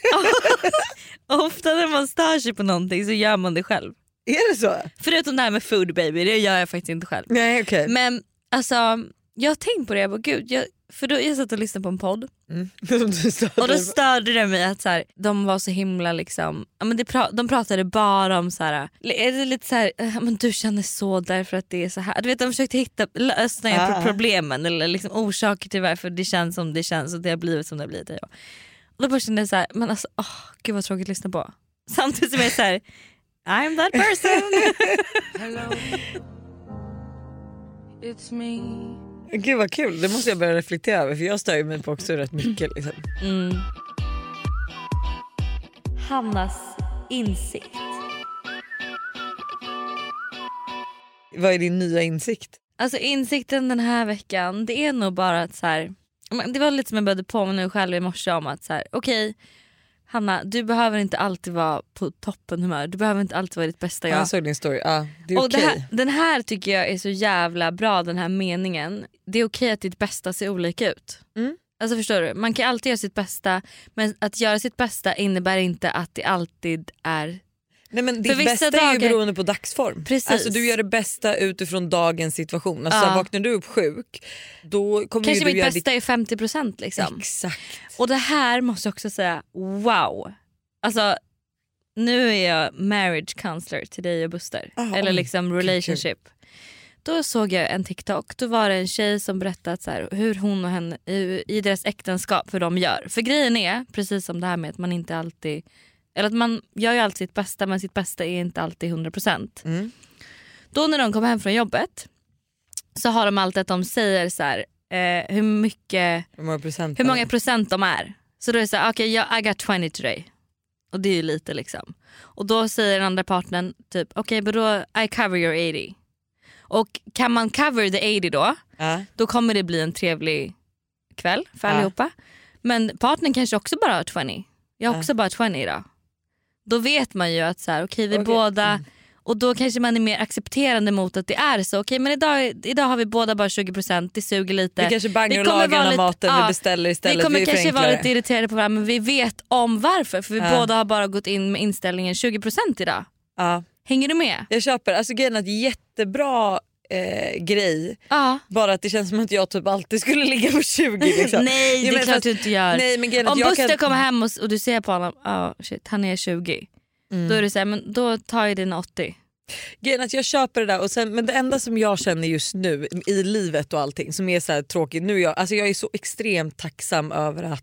Speaker 1: Ofta när man stör sig på någonting så gör man det själv.
Speaker 2: Är det så?
Speaker 1: Förutom det här med food baby, det gör jag faktiskt inte själv.
Speaker 2: Nej, okay.
Speaker 1: Men alltså, jag har tänkt på det, jag bara, gud, jag satt och lyssnade på en podd. Och då störde det mig att så här, de var så himla liksom, men de pratade bara om så här, är det lite så här, men du känner så därför att det är så här. Du vet, de försökte hitta lösningar på problemen eller liksom orsaker till varför det känns som det känns och det har blivit som det har blivit. Och då bara kände jag så här, men alltså, gud vad tråkigt att lyssna på. Samtidigt som jag är så här, I'm that person.
Speaker 9: Hello. It's me.
Speaker 2: Gud vad kul, det måste jag börja reflektera över, för jag stör ju mig på också rätt mycket liksom.
Speaker 1: Hannas insikt.
Speaker 2: Vad är din nya insikt?
Speaker 1: Alltså insikten den här veckan, det är nog bara att så här, det var lite som jag började på mig nu själv i morse om att så här, okej, Hanna, du behöver inte alltid vara på toppen humör. Du behöver inte alltid vara ditt bästa jag.
Speaker 2: Jag såg din story. Ja, det är
Speaker 1: och
Speaker 2: okej.
Speaker 1: Den här tycker jag är så jävla bra, den här meningen. Det är okej att ditt bästa ser olika ut. Alltså förstår du? Man kan alltid göra sitt bästa, men att göra sitt bästa innebär inte att det alltid är...
Speaker 2: Nej, men ditt bästa är ju beroende på dagsform.
Speaker 1: Precis.
Speaker 2: Alltså du gör det bästa utifrån dagens situation. Alltså vaknar du upp sjuk, då kommer
Speaker 1: kanske
Speaker 2: du
Speaker 1: mitt
Speaker 2: göra
Speaker 1: bästa är 50% liksom.
Speaker 2: Exakt.
Speaker 1: Och det här måste jag också säga, wow. Alltså nu är jag marriage counselor till dig och Buster. Eller liksom relationship. Då såg jag en TikTok. Då var det en tjej som berättade så här, hur hon och henne i deras äktenskap, hur de gör. För grejen är, precis som det här med att man inte alltid, eller att man gör ju alltid sitt bästa, men sitt bästa är inte alltid 100%. Då när de kommer hem från jobbet så har de alltid att de säger så här, hur många procent de är. Så då är det så här, okej, I got 20 today. Och det är ju lite liksom. Och då säger den andra partnern typ, okej, but då I cover your 80. Och kan man cover the 80 då kommer det bli en trevlig kväll för allihopa. Men partnern kanske också bara har 20. Jag har också bara 20 idag. Då vet man ju att så här, okej, vi båda... Och då kanske man är mer accepterande mot att det är så. Okej, men idag har vi båda bara 20%, det suger lite.
Speaker 2: Vi kanske bangar och lagar maten vi beställer istället.
Speaker 1: Vi kommer kanske vara lite irriterade på varandra, men vi vet om varför. För vi båda har bara gått in med inställningen 20% idag. Hänger du med?
Speaker 2: Jag köper, alltså grejen är ett jättebra grej. Bara att det känns som att jag typ alltid skulle ligga på 20 liksom.
Speaker 1: Nej, det är klart du inte gör.
Speaker 2: Nej, men
Speaker 1: om Buster kommer hem och du ser på honom, shit, han är 20. Då är det så här, men då tar jag dina 80.
Speaker 2: Grejen att jag köper det där, och sen, men det enda som jag känner just nu i livet och allting som är så här tråkigt nu, jag är så extremt tacksam över att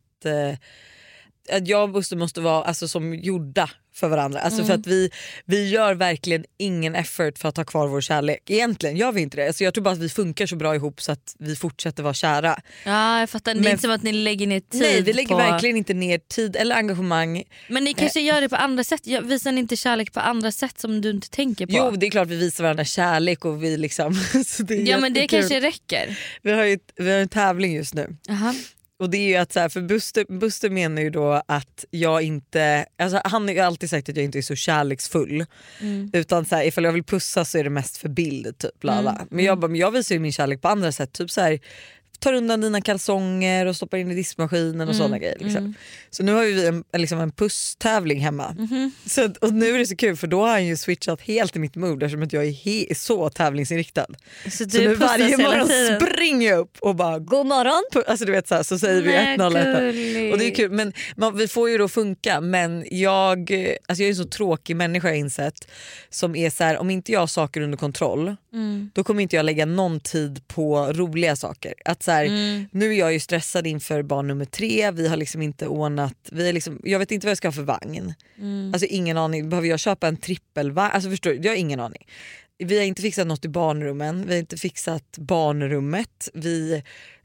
Speaker 2: jag och Buster måste vara alltså, som gjorda för varandra. Alltså för att vi gör verkligen ingen effort för att ha kvar vår kärlek. Egentligen gör vi inte det. Alltså jag tror bara att vi funkar så bra ihop så att vi fortsätter vara kära.
Speaker 1: Ja, jag fattar. Det är inte som att ni lägger ner tid.
Speaker 2: Nej, vi lägger verkligen inte ner tid eller engagemang.
Speaker 1: Men ni kanske gör det på andra sätt. Visar ni inte kärlek på andra sätt som du inte tänker på?
Speaker 2: Jo, det är klart vi visar varandra kärlek och vi liksom... så det är
Speaker 1: men det kanske räcker.
Speaker 2: Vi har en tävling just nu. Och det är ju att så här, för Buster menar ju då att jag inte, alltså han har ju alltid sagt att jag inte är så kärleksfull, utan så här, ifall jag vill pussa så är det mest för bild typ, men jag visar ju min kärlek på andra sätt, typ så här, tar undan dina kalsonger och stoppar in i diskmaskinen och sådana grejer liksom. Så nu har vi en pusstävling hemma. Så, och nu är det så kul för då har han ju switchat helt i mitt mood eftersom att jag är så tävlingsinriktad. Så nu varje morgon springer jag upp och bara god morgon. Alltså du vet så säger vi 1-0. Och det är kul, men vi får ju då funka, men jag är så tråkig människa, jag insett, som är så här, om inte jag har saker under kontroll då kommer inte jag lägga någon tid på roliga saker. Att så här, nu är jag ju stressad inför barn nummer 3. Vi har liksom inte ordnat, jag vet inte vad jag ska ha för vagn. Alltså ingen aning, behöver jag köpa en trippelvagn? Alltså förstår du, jag har ingen aning. Vi har inte fixat något i barnrummen, vi har inte fixat barnrummet.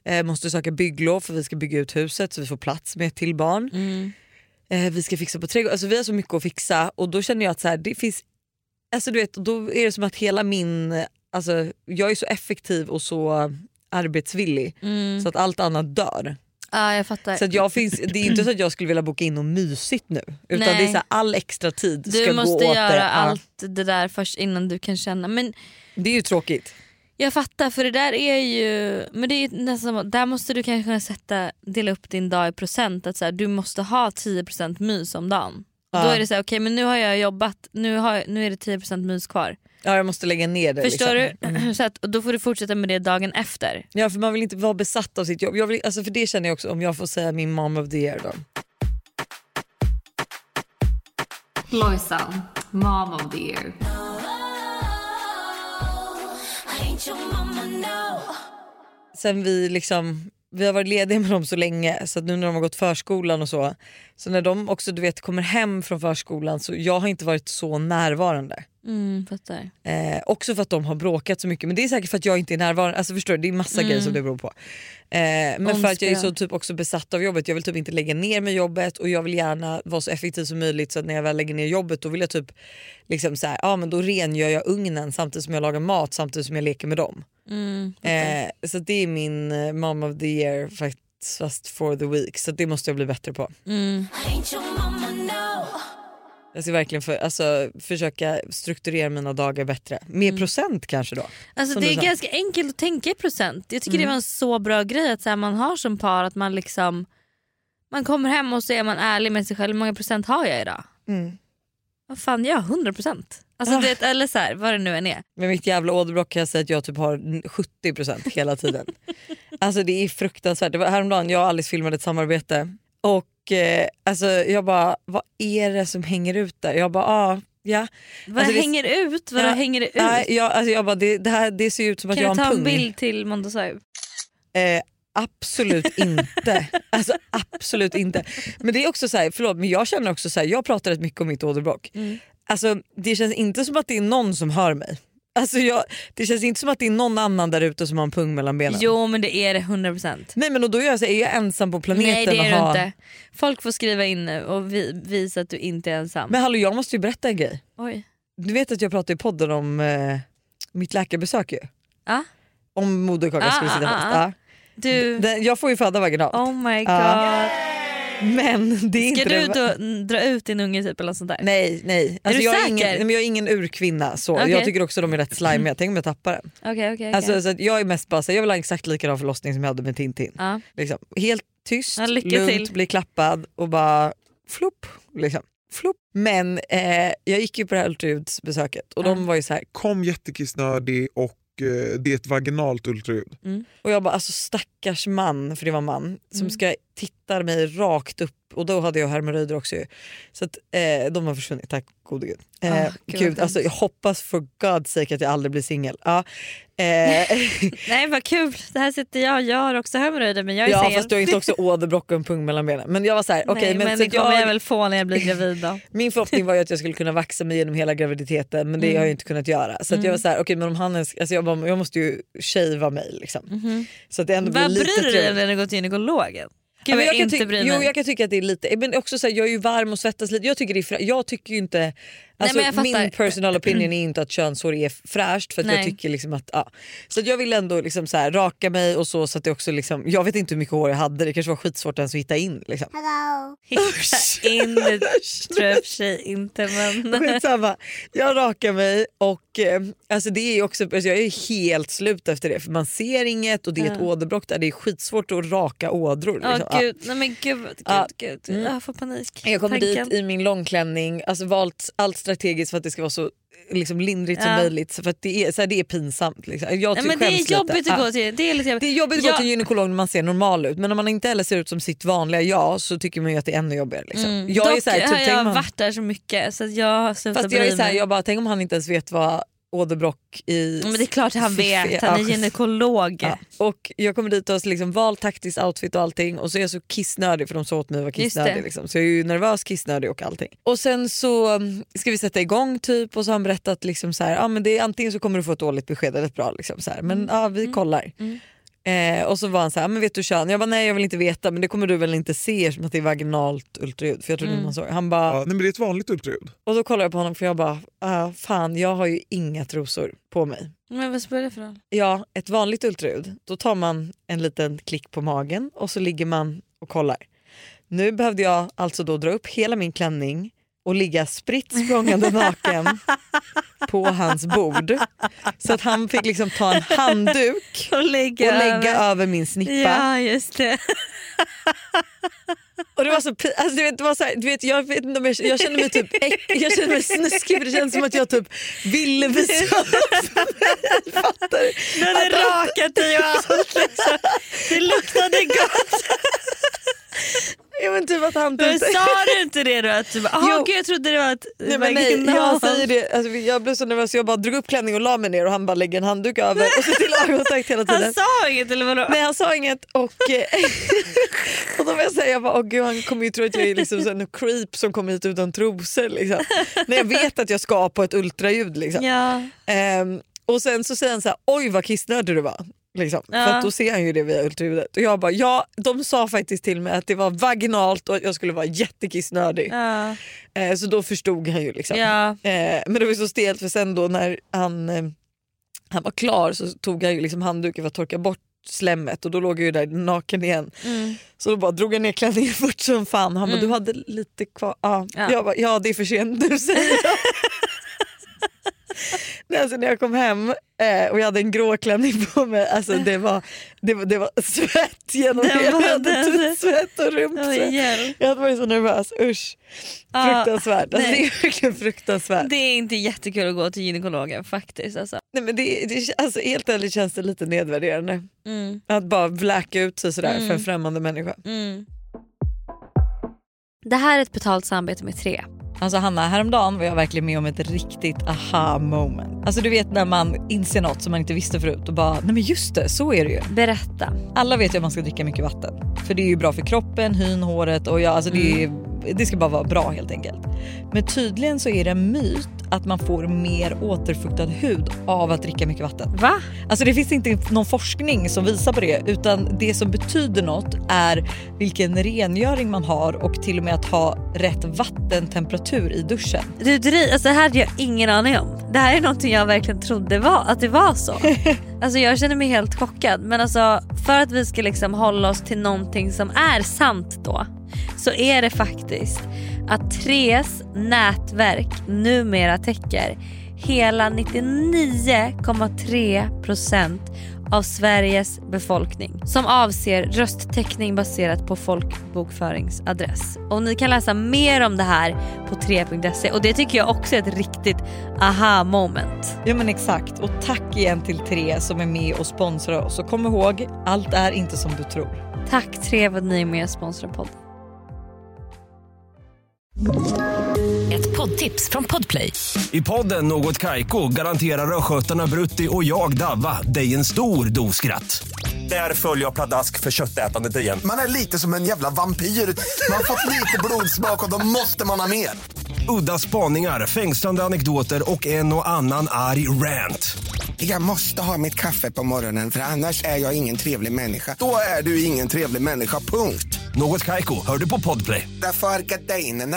Speaker 2: Måste söka bygglov för vi ska bygga ut huset så vi får plats med ett till barn. Vi ska fixa på trädgården. Alltså vi har så mycket att fixa och då känner jag att så här, det finns, alltså du vet, då är det som att hela min, alltså jag är så effektiv och så arbetsvillig så att allt annat dör.
Speaker 1: Ja, jag fattar.
Speaker 2: Så att det är inte så att jag skulle vilja boka in och mysigt nu, utan det är så här, all extra tid ska gå åt det.
Speaker 1: Du måste göra allt det där först innan du kan känna. Men
Speaker 2: det är ju tråkigt.
Speaker 1: jag fattar, för det där är ju, men det är nästan, där måste du kanske kunna dela upp din dag i procent, att så här, du måste ha 10% mys om dagen. Då är det så här, okej, men nu har jag jobbat, nu är det 10% mys kvar.
Speaker 2: Ja, jag måste lägga ner det.
Speaker 1: Förstår
Speaker 2: liksom.
Speaker 1: du? Så att, och då får du fortsätta med det dagen efter.
Speaker 2: Ja, för man vill inte vara besatt av sitt jobb. Jag vill, alltså för det känner jag också, om jag får säga min mom of the year då.
Speaker 10: Lojsan, mom of the year.
Speaker 2: Sen vi har varit lediga med dem så länge, så att nu när de har gått förskolan och så när de också, du vet, kommer hem från förskolan, så jag har inte varit så närvarande.
Speaker 1: Fattar.
Speaker 2: Också för att de har bråkat så mycket, men det är säkert för att jag inte är närvarande. Alltså förstår du, det är massa grejer som det beror på. Men för att jag är så typ också besatt av jobbet. Jag vill typ inte lägga ner med jobbet och jag vill gärna vara så effektiv som möjligt, så att när jag väl lägger ner jobbet då vill jag typ liksom så här, ja men då rengör jag ugnen samtidigt som jag lagar mat, samtidigt som jag leker med dem. Så det är min mom of the year fast for the week, så det måste jag bli bättre på. Jag ska verkligen försöka strukturera mina dagar bättre. Mer procent kanske då.
Speaker 1: Alltså det är ganska enkelt att tänka i procent. Jag tycker det var en så bra grej att så här, man har som par att man liksom, man kommer hem och så är man ärlig med sig själv. Hur många procent har jag idag? Vad fan, jag har 100%. Alltså det, eller så här, vad det nu än är.
Speaker 2: Med mitt jävla åderbråck kan jag säga att jag typ har 70% hela tiden. Alltså det är fruktansvärt. Det var häromdagen jag och Alice filmade ett samarbete. Och alltså jag bara, vad är det som hänger ut där? Jag bara, ja.
Speaker 1: Vad
Speaker 2: alltså,
Speaker 1: hänger ut? Vad hänger det ut?
Speaker 2: Nej, jag bara, det ser ut som
Speaker 1: kan
Speaker 2: att jag har en pung.
Speaker 1: Kan du ta en bild till Mondosau?
Speaker 2: Absolut inte. Alltså absolut inte. Men det är också så här, förlåt, men jag känner också så här, jag pratar rätt mycket om mitt åderbråck. Alltså det känns inte som att det är någon som hör mig. Alltså det känns inte som att det är någon annan där ute som har en pung mellan benen.
Speaker 1: Jo, men det är det 100%.
Speaker 2: Nej, men då är jag ensam på planeten.
Speaker 1: Nej, det är du inte. Folk får skriva in nu och visa att du inte är ensam.
Speaker 2: Men hallå, jag måste ju berätta en grej.
Speaker 1: Oj.
Speaker 2: Du vet att jag pratade i podden om mitt läkarbesök ju. Om moderkakan skulle sitta fast. Jag får ju föda vaginalt.
Speaker 1: Oh my god.
Speaker 2: Men det är
Speaker 1: ska
Speaker 2: inte
Speaker 1: du då dra ut din unge typ eller sånt där?
Speaker 2: Nej. Alltså, jag är ingen urkvinna så. Okay. Jag tycker också de är rätt slime. Jag tänker mig tappa den.
Speaker 1: Okay.
Speaker 2: Alltså, så att jag är mest bara så jag vill ha exakt likadan förlossning som jag hade med Tintin. Liksom. Helt tyst, lugnt, bli klappad och bara flopp liksom. Flopp. Men jag gick ju på det här ultraljudsbesöket och de var ju så här:
Speaker 3: kom jättekissnödig och det är ett vaginalt ultraljud.
Speaker 2: Och jag bara, alltså stackars man, för det var man som ska titta mig rakt upp, och då hade jag hemorrojder också ju. Så att de har försvunnit, tack gode gud. Gud, alltså jag hoppas för God's sake att jag aldrig blir singel.
Speaker 1: Nej, vad kul. Det här sitter jag har också hemorrojder, men jag är singel.
Speaker 2: Fast du har inte också åderbråck och en pung mellan benen. Men jag var så här, okej,
Speaker 1: men
Speaker 2: så
Speaker 1: det kommer jag väl få när jag blir gravid då.
Speaker 2: Min förhoppning var ju att jag skulle kunna vaxa mig genom hela graviditeten, men det har jag ju inte kunnat göra. Så att jag var så här, okej, men om han alltså jag måste ju shavea mig liksom. Så att det ändå blir lite trevligt.
Speaker 1: Vad bryr du dig när du går till gynekologen? Gud,
Speaker 2: jag kan tycka att det är lite, men också så här, jag är ju varm och svettas lite. Jag tycker ju inte, alltså, min personal opinion är inte att könshår är fräscht, för att jag tycker liksom att så att jag vill ändå liksom så här, raka mig och så att det också liksom, jag vet inte hur mycket hår jag hade, det kanske var skitsvårt ens att hitta in liksom.
Speaker 1: Hitta in, det tror jag för sig inte, men
Speaker 2: samma. Jag rakar mig och alltså det är också, alltså jag är helt slut efter det, för man ser inget och det är ett åderbråck där, det är skitsvårt att raka ådror liksom.
Speaker 1: Gud, nej men gud. Jag får panik.
Speaker 2: Jag kommer dit i min långklänning, alltså valt allt strategiskt för att det ska vara så liksom lindrigt som möjligt, för att det är pinsamt liksom. Jag
Speaker 1: men det är jobbigt att gå till. Det är jobbigt
Speaker 2: att gå till gynekologen när man ser normal ut, men om man inte heller ser ut som sitt vanliga jag, så tycker man ju att det är ännu jobbigare liksom.
Speaker 1: Jag är så här, typ, jag har varit där så mycket så att jag har slutat.
Speaker 2: Fast jag är så här, jag bara tänk om han inte ens vet vad åderbråck i...
Speaker 1: Men det är klart han vet, han är gynekolog.
Speaker 2: Och jag kommer dit och har liksom valt taktisk outfit och allting, och så är jag så kissnödig, för de sa åt mig att vara kissnödig liksom. Så jag är ju nervös, kissnödig och allting. Och sen så ska vi sätta igång typ, och så har han berättat liksom så här, men det är, antingen så kommer du få ett dåligt besked eller ett bra liksom, så här. Men vi kollar. Och så var han så här, men vet du kön? Jag bara, nej jag vill inte veta, men det kommer du väl inte se som att det är vaginalt ultraljud, för jag trodde man såg. Han bara,
Speaker 3: nej, men det är ett vanligt ultraljud.
Speaker 2: Och då kollade jag på honom, för jag bara, fan jag har ju inga trosor på mig.
Speaker 1: Men vad spelar det för roll?
Speaker 2: Ja, ett vanligt ultraljud, då tar man en liten klick på magen och så ligger man och kollar. Nu behövde jag alltså då dra upp hela min klänning och ligga spritt språngande naken på hans bord. Så att han fick liksom ta en handduk och lägga över min snippa.
Speaker 1: Ja, just det.
Speaker 2: Och det var så, alltså, du vet, det var så här, du vet, jag vet inte om jag kände mig typ jag kände mig snuskig, för det känns som att jag typ ville visa upp mig. Fattar du?
Speaker 1: Du hade rakat dig och allt liksom. Det luktade gott.
Speaker 2: Ja, men typ att han typ...
Speaker 1: Men sa du inte det då? Att du bara, gud, jag trodde det var att...
Speaker 2: Nej, jag säger det. Alltså, jag blev så nervös, jag bara drog upp klänning och la mig ner och han bara lägger en handduk över och så till ögonkontakt hela tiden.
Speaker 1: Han sa inget eller vadå?
Speaker 2: Nej, han sa inget och då vill jag säga, jag bara, gud, han kommer ju tro att jag är liksom en creep som kommer hit utan trosor liksom. När jag vet att jag ska på ett ultraljud liksom.
Speaker 1: Ja.
Speaker 2: Och sen så säger han så här, oj vad kissnödig du var. Liksom. Ja. För att då ser han ju det via ultraljudet. Och jag bara, ja, de sa faktiskt till mig att det var vaginalt och att jag skulle vara jättekissnödig.
Speaker 1: Ja.
Speaker 2: Så då förstod han ju liksom.
Speaker 1: Ja.
Speaker 2: Men det var så stelt, för sen då när han var klar så tog jag ju liksom handduken för att torka bort slemmet och då låg jag ju där naken igen. Så då bara drog jag ner klänningen fort som fan. Han bara, du hade lite kvar. Jag bara, ja det är för sent nu, säger jag. Alltså, när jag kom hem och jag hade en grå klänning på mig, alltså det var svett genom svett och rumpsvett. Jag hade varit så nervös, usch. Fruktansvärt, alltså, det är verkligen fruktansvärt.
Speaker 1: Det är inte jättekul att gå till gynekologen faktiskt alltså.
Speaker 2: Nej, men alltså, helt ärligt känns det lite nedvärderande att bara bläcka ut sig sådär för en främmande människa.
Speaker 1: Det här är ett betalt samarbete med 3.
Speaker 2: Alltså Hanna, häromdagen var jag verkligen med om ett riktigt aha moment. Alltså du vet när man inser något som man inte visste förut och bara, nej men just det, så är det ju.
Speaker 1: Berätta.
Speaker 2: Alla vet ju att man ska dricka mycket vatten. För det är ju bra för kroppen, hyn, håret och alltså det ska bara vara bra helt enkelt. Men tydligen så är det en myt att man får mer återfuktad hud av att dricka mycket vatten.
Speaker 1: Va?
Speaker 2: Alltså det finns inte någon forskning som visar på det, utan det som betyder något är vilken rengöring man har och till och med att ha rätt vattentemperatur i duschen.
Speaker 1: Alltså det här hade jag ingen aning om. Det här är någonting jag verkligen trodde att det var så. Alltså jag känner mig helt chockad, men alltså för att vi ska liksom hålla oss till någonting som är sant då, så är det faktiskt att 3s nätverk numera täcker hela 99,3% av Sveriges befolkning, som avser rösttäckning baserat på folkbokföringsadress. Och ni kan läsa mer om det här på 3.se, och det tycker jag också är ett riktigt aha moment.
Speaker 2: Ja men exakt, och tack igen till 3 som är med och sponsrar oss. Och kom ihåg, allt är inte som du tror.
Speaker 1: Tack 3 för att ni är med och sponsrar podden.
Speaker 6: Ett poddtips från Podplay.
Speaker 7: I podden Något Kaiko garanterar röskötarna Brutti och jag Davva dig en stor doskratt. Där följer jag pladask för köttätandet igen.
Speaker 8: Man är lite som en jävla vampyr. Man har fått lite blodsmak och då måste man ha mer.
Speaker 7: Udda spaningar, fängslande anekdoter och en och annan arg rant.
Speaker 8: Jag måste ha mitt kaffe på morgonen, för annars är jag ingen trevlig människa. Då är du ingen trevlig människa, punkt.
Speaker 7: Något Kaiko, hör du på Podplay.
Speaker 8: Därför är gardinerna.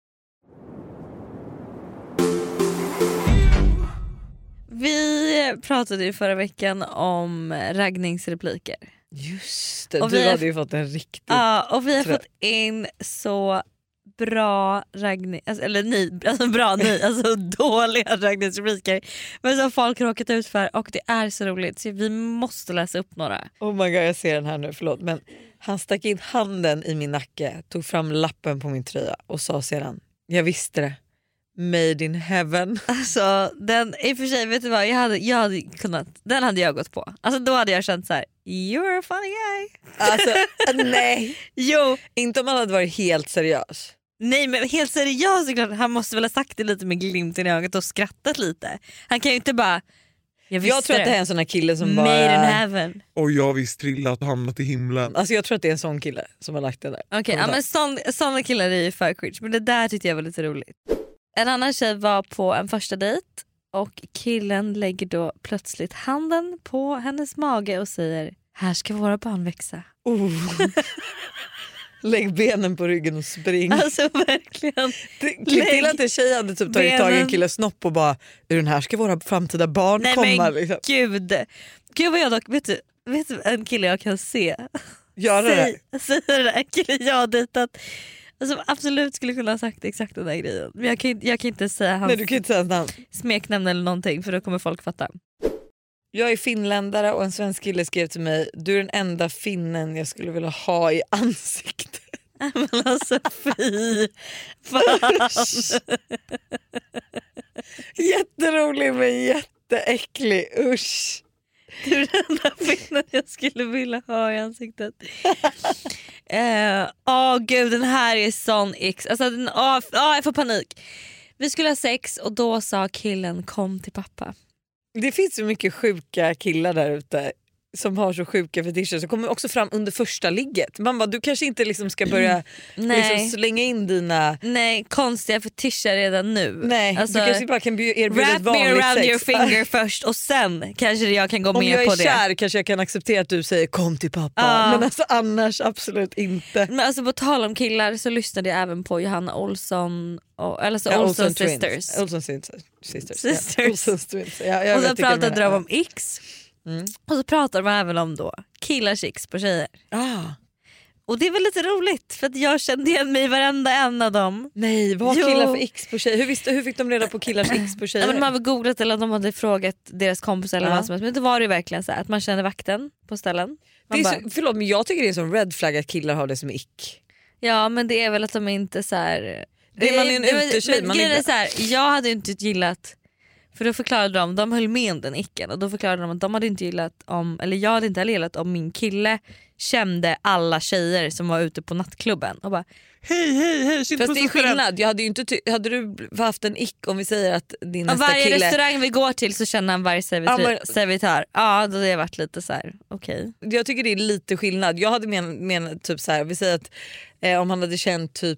Speaker 1: Vi pratade ju förra veckan om raggningsrepliker.
Speaker 2: Just det, och du hade ju fått en riktigt...
Speaker 1: Ja, och vi har fått in så bra raggning, alltså, eller alltså dåliga raggningsrepliker, men som folk har råkat ut för, och det är så roligt så vi måste läsa upp några.
Speaker 2: Oh my god, jag ser den här nu, förlåt, men han stack in handen i min nacke, tog fram lappen på min tröja och sa sedan, jag visste det, made in heaven.
Speaker 1: Alltså den, i och för sig, vet du vad, jag hade kunnat, den hade jag gått på. Alltså då hade jag känt så här: you're a funny guy.
Speaker 2: Alltså nej.
Speaker 1: Jo,
Speaker 2: inte om man hade varit helt seriös.
Speaker 1: Nej, men helt seriöst såklart, han måste väl ha sagt det lite med glimten i ögat och skrattat lite. Han kan ju inte bara, jag
Speaker 2: tror att det är en sån här kille som bara...
Speaker 1: made in heaven.
Speaker 3: Och jag visst trillat och hamnat i himlen.
Speaker 2: Alltså jag tror att det är en sån kille som har lagt det där.
Speaker 1: Okej, ja, men såna killar är ju för cringe, men det där tyckte jag var lite roligt. En annan tjej var på en första dejt och killen lägger då plötsligt handen på hennes mage och säger: här ska våra barn växa.
Speaker 2: Lägg benen på ryggen och spring.
Speaker 1: Alltså verkligen.
Speaker 2: Klipp till att en tjej hade typ tagit tag i en killes snopp och bara, ur den här ska våra framtida barn komma.
Speaker 1: Men
Speaker 2: liksom.
Speaker 1: Gud vad jag dock, vet du en kille jag kan se. Säger det där killen jag har dejtat. Alltså, absolut skulle kunna ha sagt exakt den där grejen. Men jag kan inte säga hans smeknamn eller någonting för då kommer folk fatta.
Speaker 2: Jag är finländare och en svensk kille skrev till mig, du är den enda finnen jag skulle vilja ha i ansiktet.
Speaker 1: Men alltså fy fan.
Speaker 2: Jätterolig men jätteäcklig, usch.
Speaker 1: Du är den enda finnen jag skulle vilja ha i ansiktet. Gud, den här är sån x. Alltså, jag får panik. Vi skulle ha sex och då sa killen kom till pappa.
Speaker 2: Det finns så mycket sjuka killar där ute som har så sjuka fetischer som kommer också fram under första ligget. Man bara, du kanske inte liksom ska börja liksom slänga in dina
Speaker 1: konstiga fetischer redan nu.
Speaker 2: Nej, alltså, du kanske bara kan erbjuda ett vanligt sex.
Speaker 1: Wrap me around your finger först och sen kanske jag kan gå med på det.
Speaker 2: Om jag är kär kanske jag kan acceptera att du säger kom till pappa. Men alltså annars absolut inte.
Speaker 1: Men alltså på tal om killar så lyssnade jag även på Johanna Olsson Olsson Sisters.
Speaker 2: Olsson Sisters.
Speaker 1: Olsson Twins. Och så pratade de om X. Och så pratar man även om då killars X på tjejer. Och det är väl lite roligt för att jag kände igen mig i varenda en av dem.
Speaker 2: Nej, vad har killar för X på tjejer? Hur fick de reda på killars X på tjejer?
Speaker 1: Ja, de hade googlat eller de hade frågat deras kompisar eller vad som helst. Men det var det verkligen så här, att man känner vakten på ställen.
Speaker 2: Förlåt men jag tycker det är som red flag att killar har det som ick.
Speaker 1: Ja men det är väl att de inte så här.
Speaker 2: Man är en utetjej.
Speaker 1: Men är så här, jag hade inte gillat. För då förklarade de höll med om den icken och då förklarade de att de hade inte gillat om, eller jag hade inte heller gillat om min kille kände alla tjejer som var ute på nattklubben och bara
Speaker 3: hej.
Speaker 2: Fast det är skillnad, jag hade ju inte hade du haft en ick om vi säger att din nästa
Speaker 1: varje
Speaker 2: kille...
Speaker 1: restaurang vi går till så känner han varje servitör. Ja, då har det varit lite så här. Okej.
Speaker 2: Jag tycker det är lite skillnad. Jag hade menat typ så här, vi säger att om han hade känt typ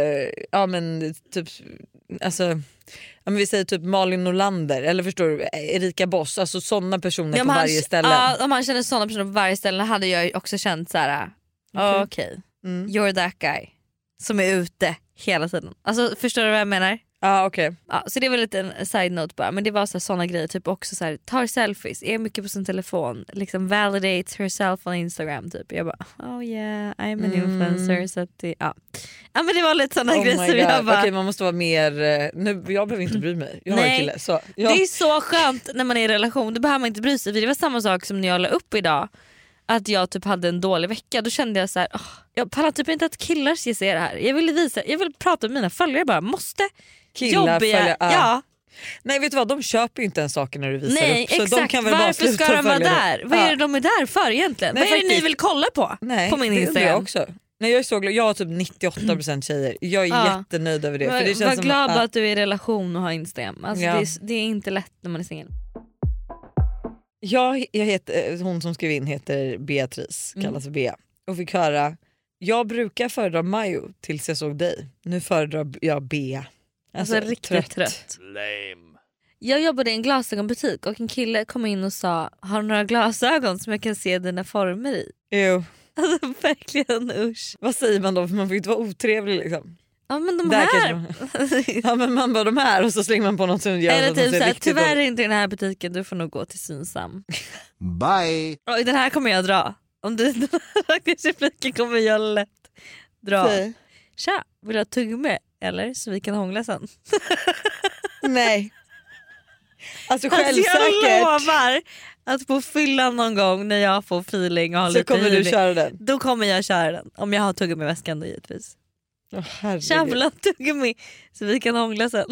Speaker 2: alltså vi säger typ Malin Norlander eller förstår du, Erika Boss, alltså sådana personer på varje ställe.
Speaker 1: Ja, om han kände sådana personer på varje ställe hade jag också känt så här. Okej. You're that guy som är ute hela tiden. Alltså förstår du vad jag menar?
Speaker 2: Ja, okej.
Speaker 1: Ja, så det var lite en side note bara, men det var såna grejer typ också så här, tar selfies, är mycket på sin telefon, liksom validates herself on Instagram typ. Jag bara oh yeah, I'm an influencer så att det, ja men det var lite såna grejer som jag bara
Speaker 2: okej, man måste vara mer nu, jag behöver inte bry mig. Jag har en kille så
Speaker 1: det är så skönt när man är i relation, då behöver man inte bry sig. Det var samma sak som när jag la upp idag att jag typ hade en dålig vecka. Då kände jag så här, jag pallar typ inte att killar ska se det här. Jag vill prata med mina följare bara. Måste
Speaker 2: killar följa?
Speaker 1: Ja.
Speaker 2: Nej, vet du vad, de köper ju inte en saker när du visar upp. Så
Speaker 1: exakt.
Speaker 2: de kan väl
Speaker 1: varför
Speaker 2: bara
Speaker 1: ska de vara där?
Speaker 2: Det.
Speaker 1: Vad är det de är där för egentligen?
Speaker 2: Nej,
Speaker 1: vad är det ni vill kolla på?
Speaker 2: Nej,
Speaker 1: på min Instagram?
Speaker 2: Jag också. Nej, jag är så glad. Jag har typ 98% tjejer. Jag är jättenöjd över det.
Speaker 1: Men,
Speaker 2: för det känns
Speaker 1: var
Speaker 2: som
Speaker 1: glad att du är i relation och har Instagram. Alltså, det är inte lätt när man är singel.
Speaker 2: Jag heter, hon som skrev in heter Beatrice, kallas Bea. Och fick höra, jag brukar föredra Majo tills jag såg dig. Nu föredrar jag Bea.
Speaker 1: Alltså riktigt trött.
Speaker 3: Lame.
Speaker 1: Jag jobbade i en glasögonbutik och en kille kom in och sa, har du några glasögon som jag kan se dina former i?
Speaker 2: Jo.
Speaker 1: Alltså verkligen usch.
Speaker 2: Vad säger man då? För man får inte vara otrevlig liksom.
Speaker 1: Ja men de
Speaker 2: där
Speaker 1: här.
Speaker 2: Ja men man bara de här och så slänger man på något som gör
Speaker 1: eller
Speaker 2: typ
Speaker 1: så här, tyvärr är inte i den här butiken, du får nog gå till Synsam.
Speaker 8: Bye.
Speaker 1: Och den här kommer jag dra. Om du repliken kommer jag lätt dra.
Speaker 2: Säg.
Speaker 1: Tja, vill du ha tuggummi eller så vi kan hångla sen?
Speaker 2: Nej. Alltså självsäkert.
Speaker 1: Jag lovar att på fyllan någon gång när jag får feeling och har
Speaker 2: så
Speaker 1: lite
Speaker 2: kommer du köra den.
Speaker 1: Då kommer jag köra den. Om jag har tuggummi i väskan då givetvis. Tja, vill du ha tuggummi så vi kan hångla sen?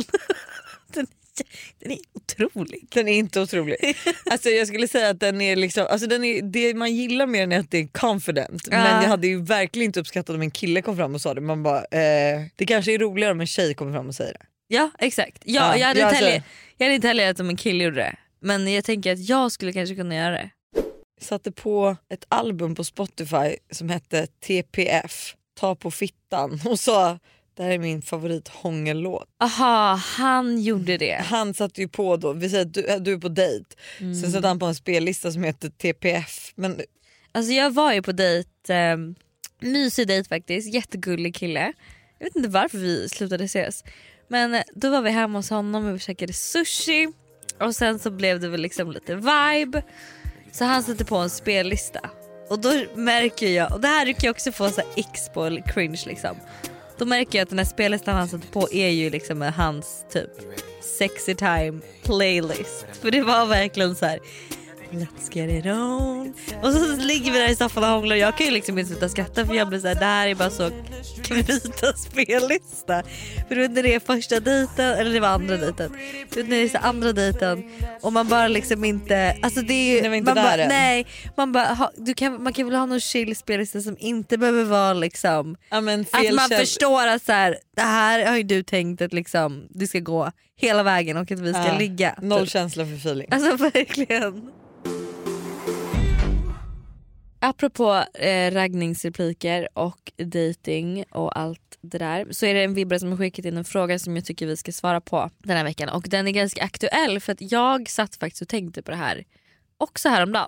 Speaker 1: Den är otrolig.
Speaker 2: Den är inte otrolig. Alltså jag skulle säga att den är liksom, alltså den är, det man gillar med den är att det är confident. Men jag hade ju verkligen inte uppskattat om en kille kom fram och sa det. Man bara, det kanske är roligare om en tjej kommer fram och säger det.
Speaker 1: Ja exakt. Jag hade inte heller att om en kille gjorde det. Men jag tänker att jag skulle kanske kunna göra det.
Speaker 2: Satte på ett album på Spotify som hette TPF, Ta på fittan, och sa det här är min favorit hångellåt.
Speaker 1: Aha, han gjorde det.
Speaker 2: Han satte ju på då, vi säger att du är på dejt. Sen satte han på en spellista som heter TPF. Men
Speaker 1: Alltså jag var ju på dejt, mysig dejt faktiskt, jättegullig kille. Jag vet inte varför vi slutade ses. Men då var vi hemma hos honom och vi käkade sushi. Och sen så blev det väl liksom lite vibe. Så han satte på en spellista. Och då märker jag, och det här kan jag också få så här x-på eller cringe liksom. Då märker jag att den här spellistan han satte på är ju liksom hans typ sexy time playlist. För det var verkligen så här: let's get it on. Och så ligger vi där i soffan och hånglar. Jag kan ju liksom inte sluta skratta för jag blir såhär, det här är bara så kvita spellista. För du vet när det är första dejten, eller det var andra dejten. Du vet när det är så andra dejten och man bara liksom inte, alltså det är ju,
Speaker 2: det var inte
Speaker 1: man
Speaker 2: där
Speaker 1: bara, nej, man bara man kan väl ha någon chill spellista som inte behöver vara liksom,
Speaker 2: ja, men
Speaker 1: att man förstår att så här, det här har ju du tänkt att liksom det ska gå hela vägen och att vi ska ligga.
Speaker 2: Noll känsla för feeling.
Speaker 1: Alltså verkligen. Apropå raggningsrepliker och dating och allt det där, så är det en vibbare som har skickat in en fråga som jag tycker vi ska svara på den här veckan. Och den är ganska aktuell för att jag satt faktiskt och tänkte på det här också häromdagen.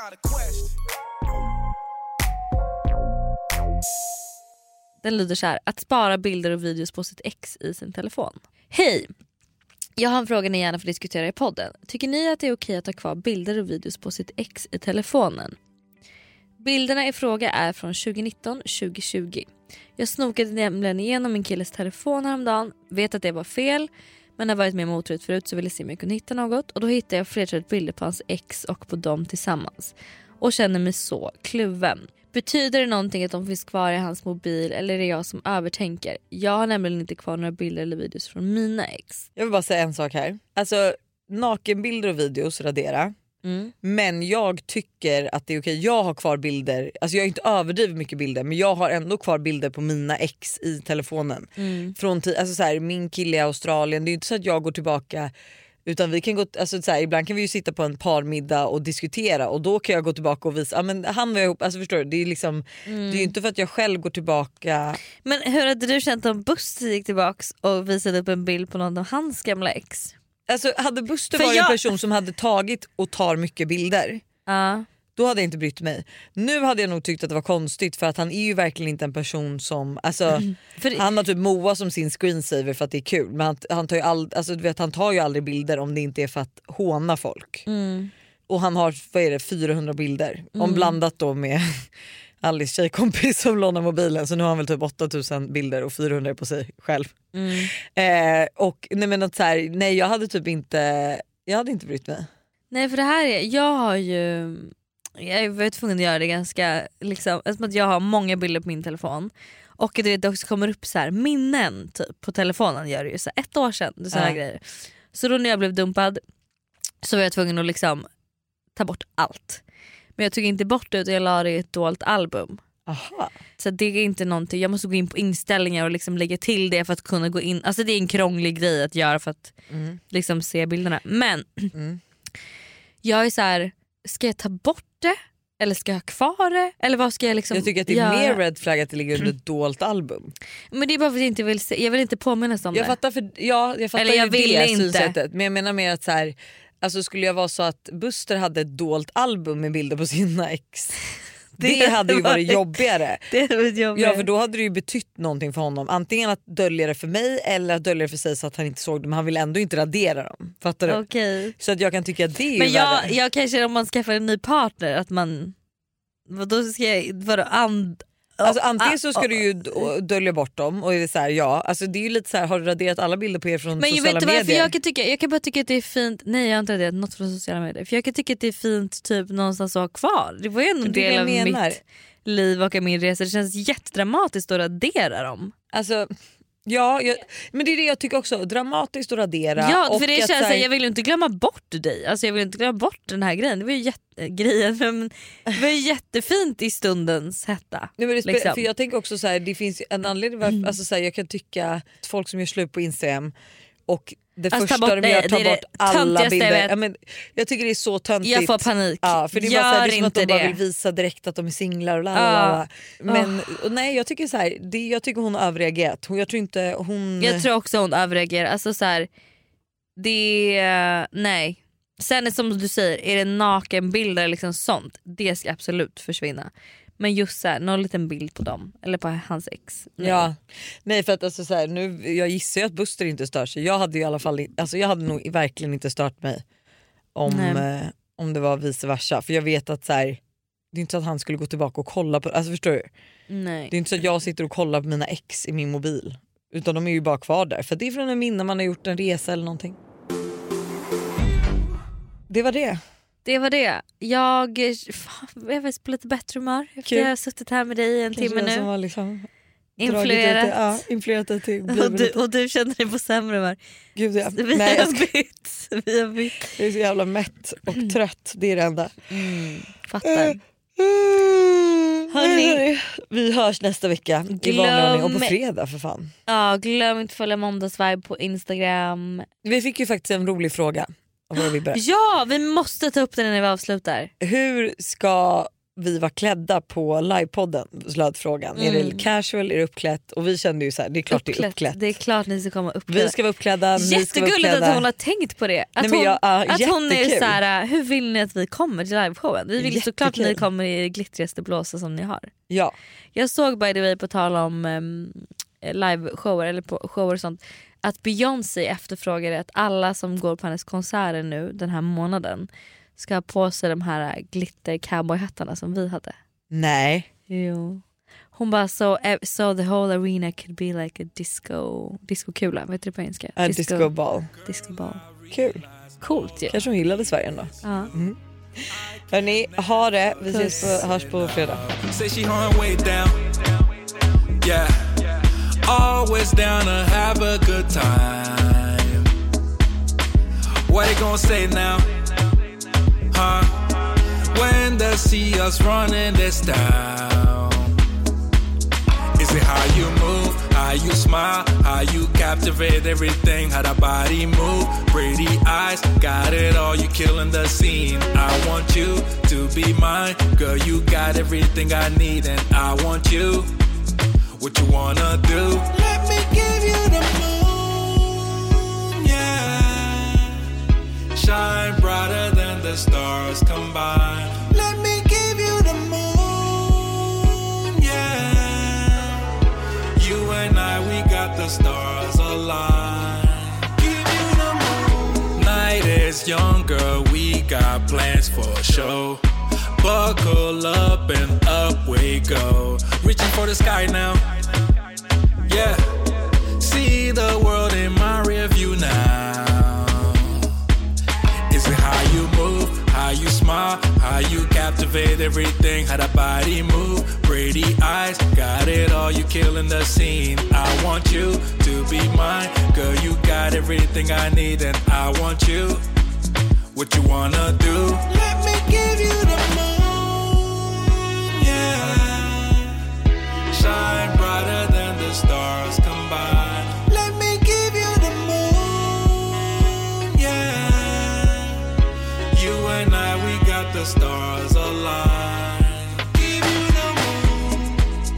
Speaker 1: Den lyder så här: att spara bilder och videos på sitt ex i sin telefon. Hej! Jag har en fråga ni gärna får diskutera i podden. Tycker ni att det är okej att ha kvar bilder och videos på sitt ex i telefonen? Bilderna i fråga är från 2019-2020. Jag snokade nämligen igenom min killes telefon häromdagen. Vet att det var fel, men har varit med motorut förut så ville se om jag kunde hitta något. Och då hittade jag flertalet bilder på hans ex och på dem tillsammans. Och känner mig så kluven. Betyder det någonting att de finns kvar i hans mobil eller är det jag som övertänker? Jag har nämligen inte kvar några bilder eller videos från mina ex.
Speaker 2: Jag vill bara säga en sak här. Alltså nakenbilder och videos radera. Men jag tycker att det är okej. Jag har kvar bilder, alltså jag har inte överdrivet mycket bilder, men jag har ändå kvar bilder på mina ex i telefonen från alltså så här, min kille i Australien. Det är ju inte så att jag går tillbaka, utan vi kan gå, alltså så här, ibland kan vi ju sitta på en parmiddag och diskutera och då kan jag gå tillbaka och visa, men han var ihop, alltså förstår du, det är liksom det är ju inte för att jag själv går tillbaka.
Speaker 1: Men hur hade du känt om Buster gick tillbaks och visade upp en bild på någon av hans gamla ex?
Speaker 2: Alltså hade Buster varit en person som hade tagit och tar mycket bilder, då hade jag inte brytt mig. Nu hade jag nog tyckt att det var konstigt för att han är ju verkligen inte en person som, alltså han har typ Moa som sin screensaver för att det är kul, men han tar ju alltså, du vet, han tar ju aldrig bilder om det inte är för att håna folk. Och han har, vad är det, 400 bilder om blandat då med Alice tjejkompis som lånar mobilen, så nu har han väl typ 8000 bilder och 400 på sig själv. Och nej, men att så här, nej, jag hade inte brytt mig.
Speaker 1: Nej, för det här är, jag var tvungen att göra det ganska liksom, eftersom att jag har många bilder på min telefon och det också kommer upp så här minnen typ på telefonen, gör det ju så här, 1 år sedan, så här grejer. Så då när jag blev dumpad så var jag tvungen att liksom ta bort allt. Men jag tog inte bort det utan jag la det i ett dolt album.
Speaker 2: Aha.
Speaker 1: Så det är inte någonting, jag måste gå in på inställningar och liksom lägga till det för att kunna gå in. Alltså det är en krånglig grej att göra för att liksom se bilderna. Men jag är så här, ska jag ta bort det? Eller ska jag ha kvar det? Eller vad ska jag liksom
Speaker 2: Jag tycker att det är mer red flag att det ligger under ett dolt album.
Speaker 1: Men det är bara för att jag inte vill se, jag vill inte påminnas om
Speaker 2: jag
Speaker 1: det.
Speaker 2: Fattar jag fattar eller jag vill det inte. Synsättet. Men jag menar mer att så här, alltså skulle jag vara så att Buster hade ett dolt album med bilder på sina ex, det hade ju varit jobbigare.
Speaker 1: Det var jobbigare.
Speaker 2: Ja, för då hade det ju betytt någonting för honom. Antingen att dölja det för mig eller att dölja det för sig så att han inte såg det. Men han vill ändå inte radera dem. Fattar du?
Speaker 1: Okay.
Speaker 2: Så att jag kan tycka att det är
Speaker 1: men
Speaker 2: ju värre.
Speaker 1: Jag kanske om man skaffar en ny partner att man, då ska jag
Speaker 2: alltså antingen så ska du ju dölja bort dem och är det så här, alltså det är ju lite så här, har du raderat alla bilder på er från
Speaker 1: men
Speaker 2: sociala medier?
Speaker 1: Men jag kan bara tycka att det är fint. Nej, jag har inte raderat något från sociala medier. För jag kan tycka att det är fint typ någonstans att ha kvar. Det var ju en del av mitt liv och min resa. Det känns jättedramatiskt att radera dem.
Speaker 2: Alltså men det är det jag tycker också, dramatiskt att radera.
Speaker 1: Ja,
Speaker 2: och
Speaker 1: för det känns här, jag vill inte glömma bort dig. Alltså jag vill inte glömma bort den här grejen. Det var ju men det var ju jättefint i stundens hetta.
Speaker 2: Nej, men
Speaker 1: liksom.
Speaker 2: För jag tänker också så här, det finns en anledning varför, alltså så här, jag kan tycka att folk som gör slut på Instagram och det alltså, första de gör tar bort alla bilder. Men jag tycker det är så töntigt.
Speaker 1: Jag får panik.
Speaker 2: Ja, för det är bara så här, det är som att de bara vill visa direkt att de är singlar och lalala. Men och nej, jag tycker så här, jag tycker hon har överreagerat. Jag
Speaker 1: tror också hon överreagerar. Alltså så här, nej. Sen är som du säger, är det nakenbilder liksom sånt, det ska absolut försvinna. Men just så här, någon liten bild på dem eller på hans ex. Nej.
Speaker 2: Ja. Nej, för att alltså, så här, nu, jag gissar ju att Buster inte stör sig. Jag hade i alla fall, alltså, jag hade nog verkligen inte stört mig om det var vice versa. För jag vet att så här, det är inte så att han skulle gå tillbaka och kolla på, alltså förstår du?
Speaker 1: Nej.
Speaker 2: Det är inte så att jag sitter och kollar på mina ex i min mobil. Utan de är ju bara kvar där. För det är från en minne man har gjort en resa eller någonting. Det var det.
Speaker 1: Det var det. Jag är på lite bättre humör. Efter jag har suttit här med dig i en timme nu.
Speaker 2: Som var liksom
Speaker 1: influerat
Speaker 2: dig till
Speaker 1: och du kände dig på sämre humör.
Speaker 2: Gud, ja.
Speaker 1: Vi har bytt.
Speaker 2: Jag är så jävla mätt och trött. Det är det enda.
Speaker 1: Fattar.
Speaker 2: Hörrni, vi hörs nästa vecka i vanlig ordning och på fredag för fan.
Speaker 1: Ja, glöm inte att följa Måndagsvibe på Instagram.
Speaker 2: Vi fick ju faktiskt en rolig fråga.
Speaker 1: Ja, vi måste ta upp den när vi avslutar.
Speaker 2: Hur ska vi vara klädda på livepodden? Slöt frågan. Är det casual, är det uppklätt? Och vi kände ju så här, det är klart det är uppklätt.
Speaker 1: Det är klart ni ska komma uppklädda.
Speaker 2: Vi ska vara uppklädda.
Speaker 1: Jättegulligt att hon har tänkt på det. Att hon är så här, hur vill ni att vi kommer till liveshowen? Vi vill såklart att ni kommer i glittrigaste blåsa som ni har.
Speaker 2: Ja.
Speaker 1: Jag såg by the way på tal om liveshower eller på shower och sånt, att Beyoncé efterfrågade att alla som går på hennes konserter nu den här månaden ska ha på sig de här glitter cowboyhattarna som vi hade.
Speaker 2: Nej.
Speaker 1: Jo. Hon bara so the whole arena could be like a disco-kula. Vet du det på engelska?
Speaker 2: Disco ball.
Speaker 1: Disco ball.
Speaker 2: Kul.
Speaker 1: Coolt ju.
Speaker 2: Kanske hon gillade Sverige ändå.
Speaker 1: Ja.
Speaker 2: Hörrni, ha det. Vi hörs på fredag.
Speaker 10: Yeah, always down to have a good time. What they gonna say now? Huh? When they see us running this town. Is it how you move, how you smile, how you captivate everything, how that body move, pretty eyes, got it all, you killing the scene. I want you to be mine, girl, you got everything I need and I want you. What you wanna do? Let me give you the moon, yeah. Shine brighter than the stars combined. Let me give you the moon, yeah. You and I, we got the stars aligned. Give you the moon. Night is young, girl, we got plans for a show. Buckle up and up we go. Reaching for the sky now. Yeah. See the world in my rear view now. Is it how you move, how you smile, how you captivate everything, how that body move, pretty eyes, got it all, you killing the scene. I want you to be mine, girl, you got everything I need and I want you. What you wanna do? Let me give you the moon, yeah. Shine brighter than the stars combined. Let me give you the moon, yeah. You and I, we got the stars aligned. Give you the moon.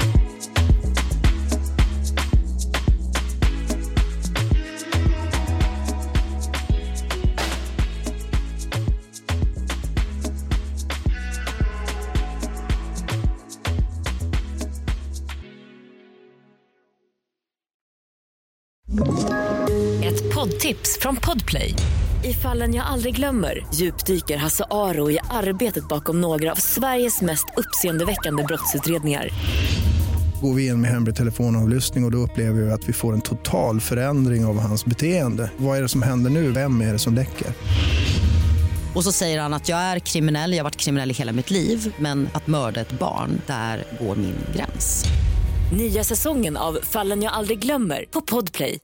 Speaker 6: Ett poddtips från Podplay. I Fallen jag aldrig glömmer djupdyker Hasse Aro i arbetet bakom några av Sveriges mest uppseendeväckande brottsutredningar.
Speaker 11: Går vi in med hemlig telefonavlyssning och då upplever vi att vi får en total förändring av hans beteende. Vad är det som händer nu? Vem är det som läcker?
Speaker 12: Och så säger han att jag är kriminell, jag har varit kriminell i hela mitt liv. Men att mörda ett barn, där går min gräns.
Speaker 6: Nya säsongen av Fallen jag aldrig glömmer på Podplay.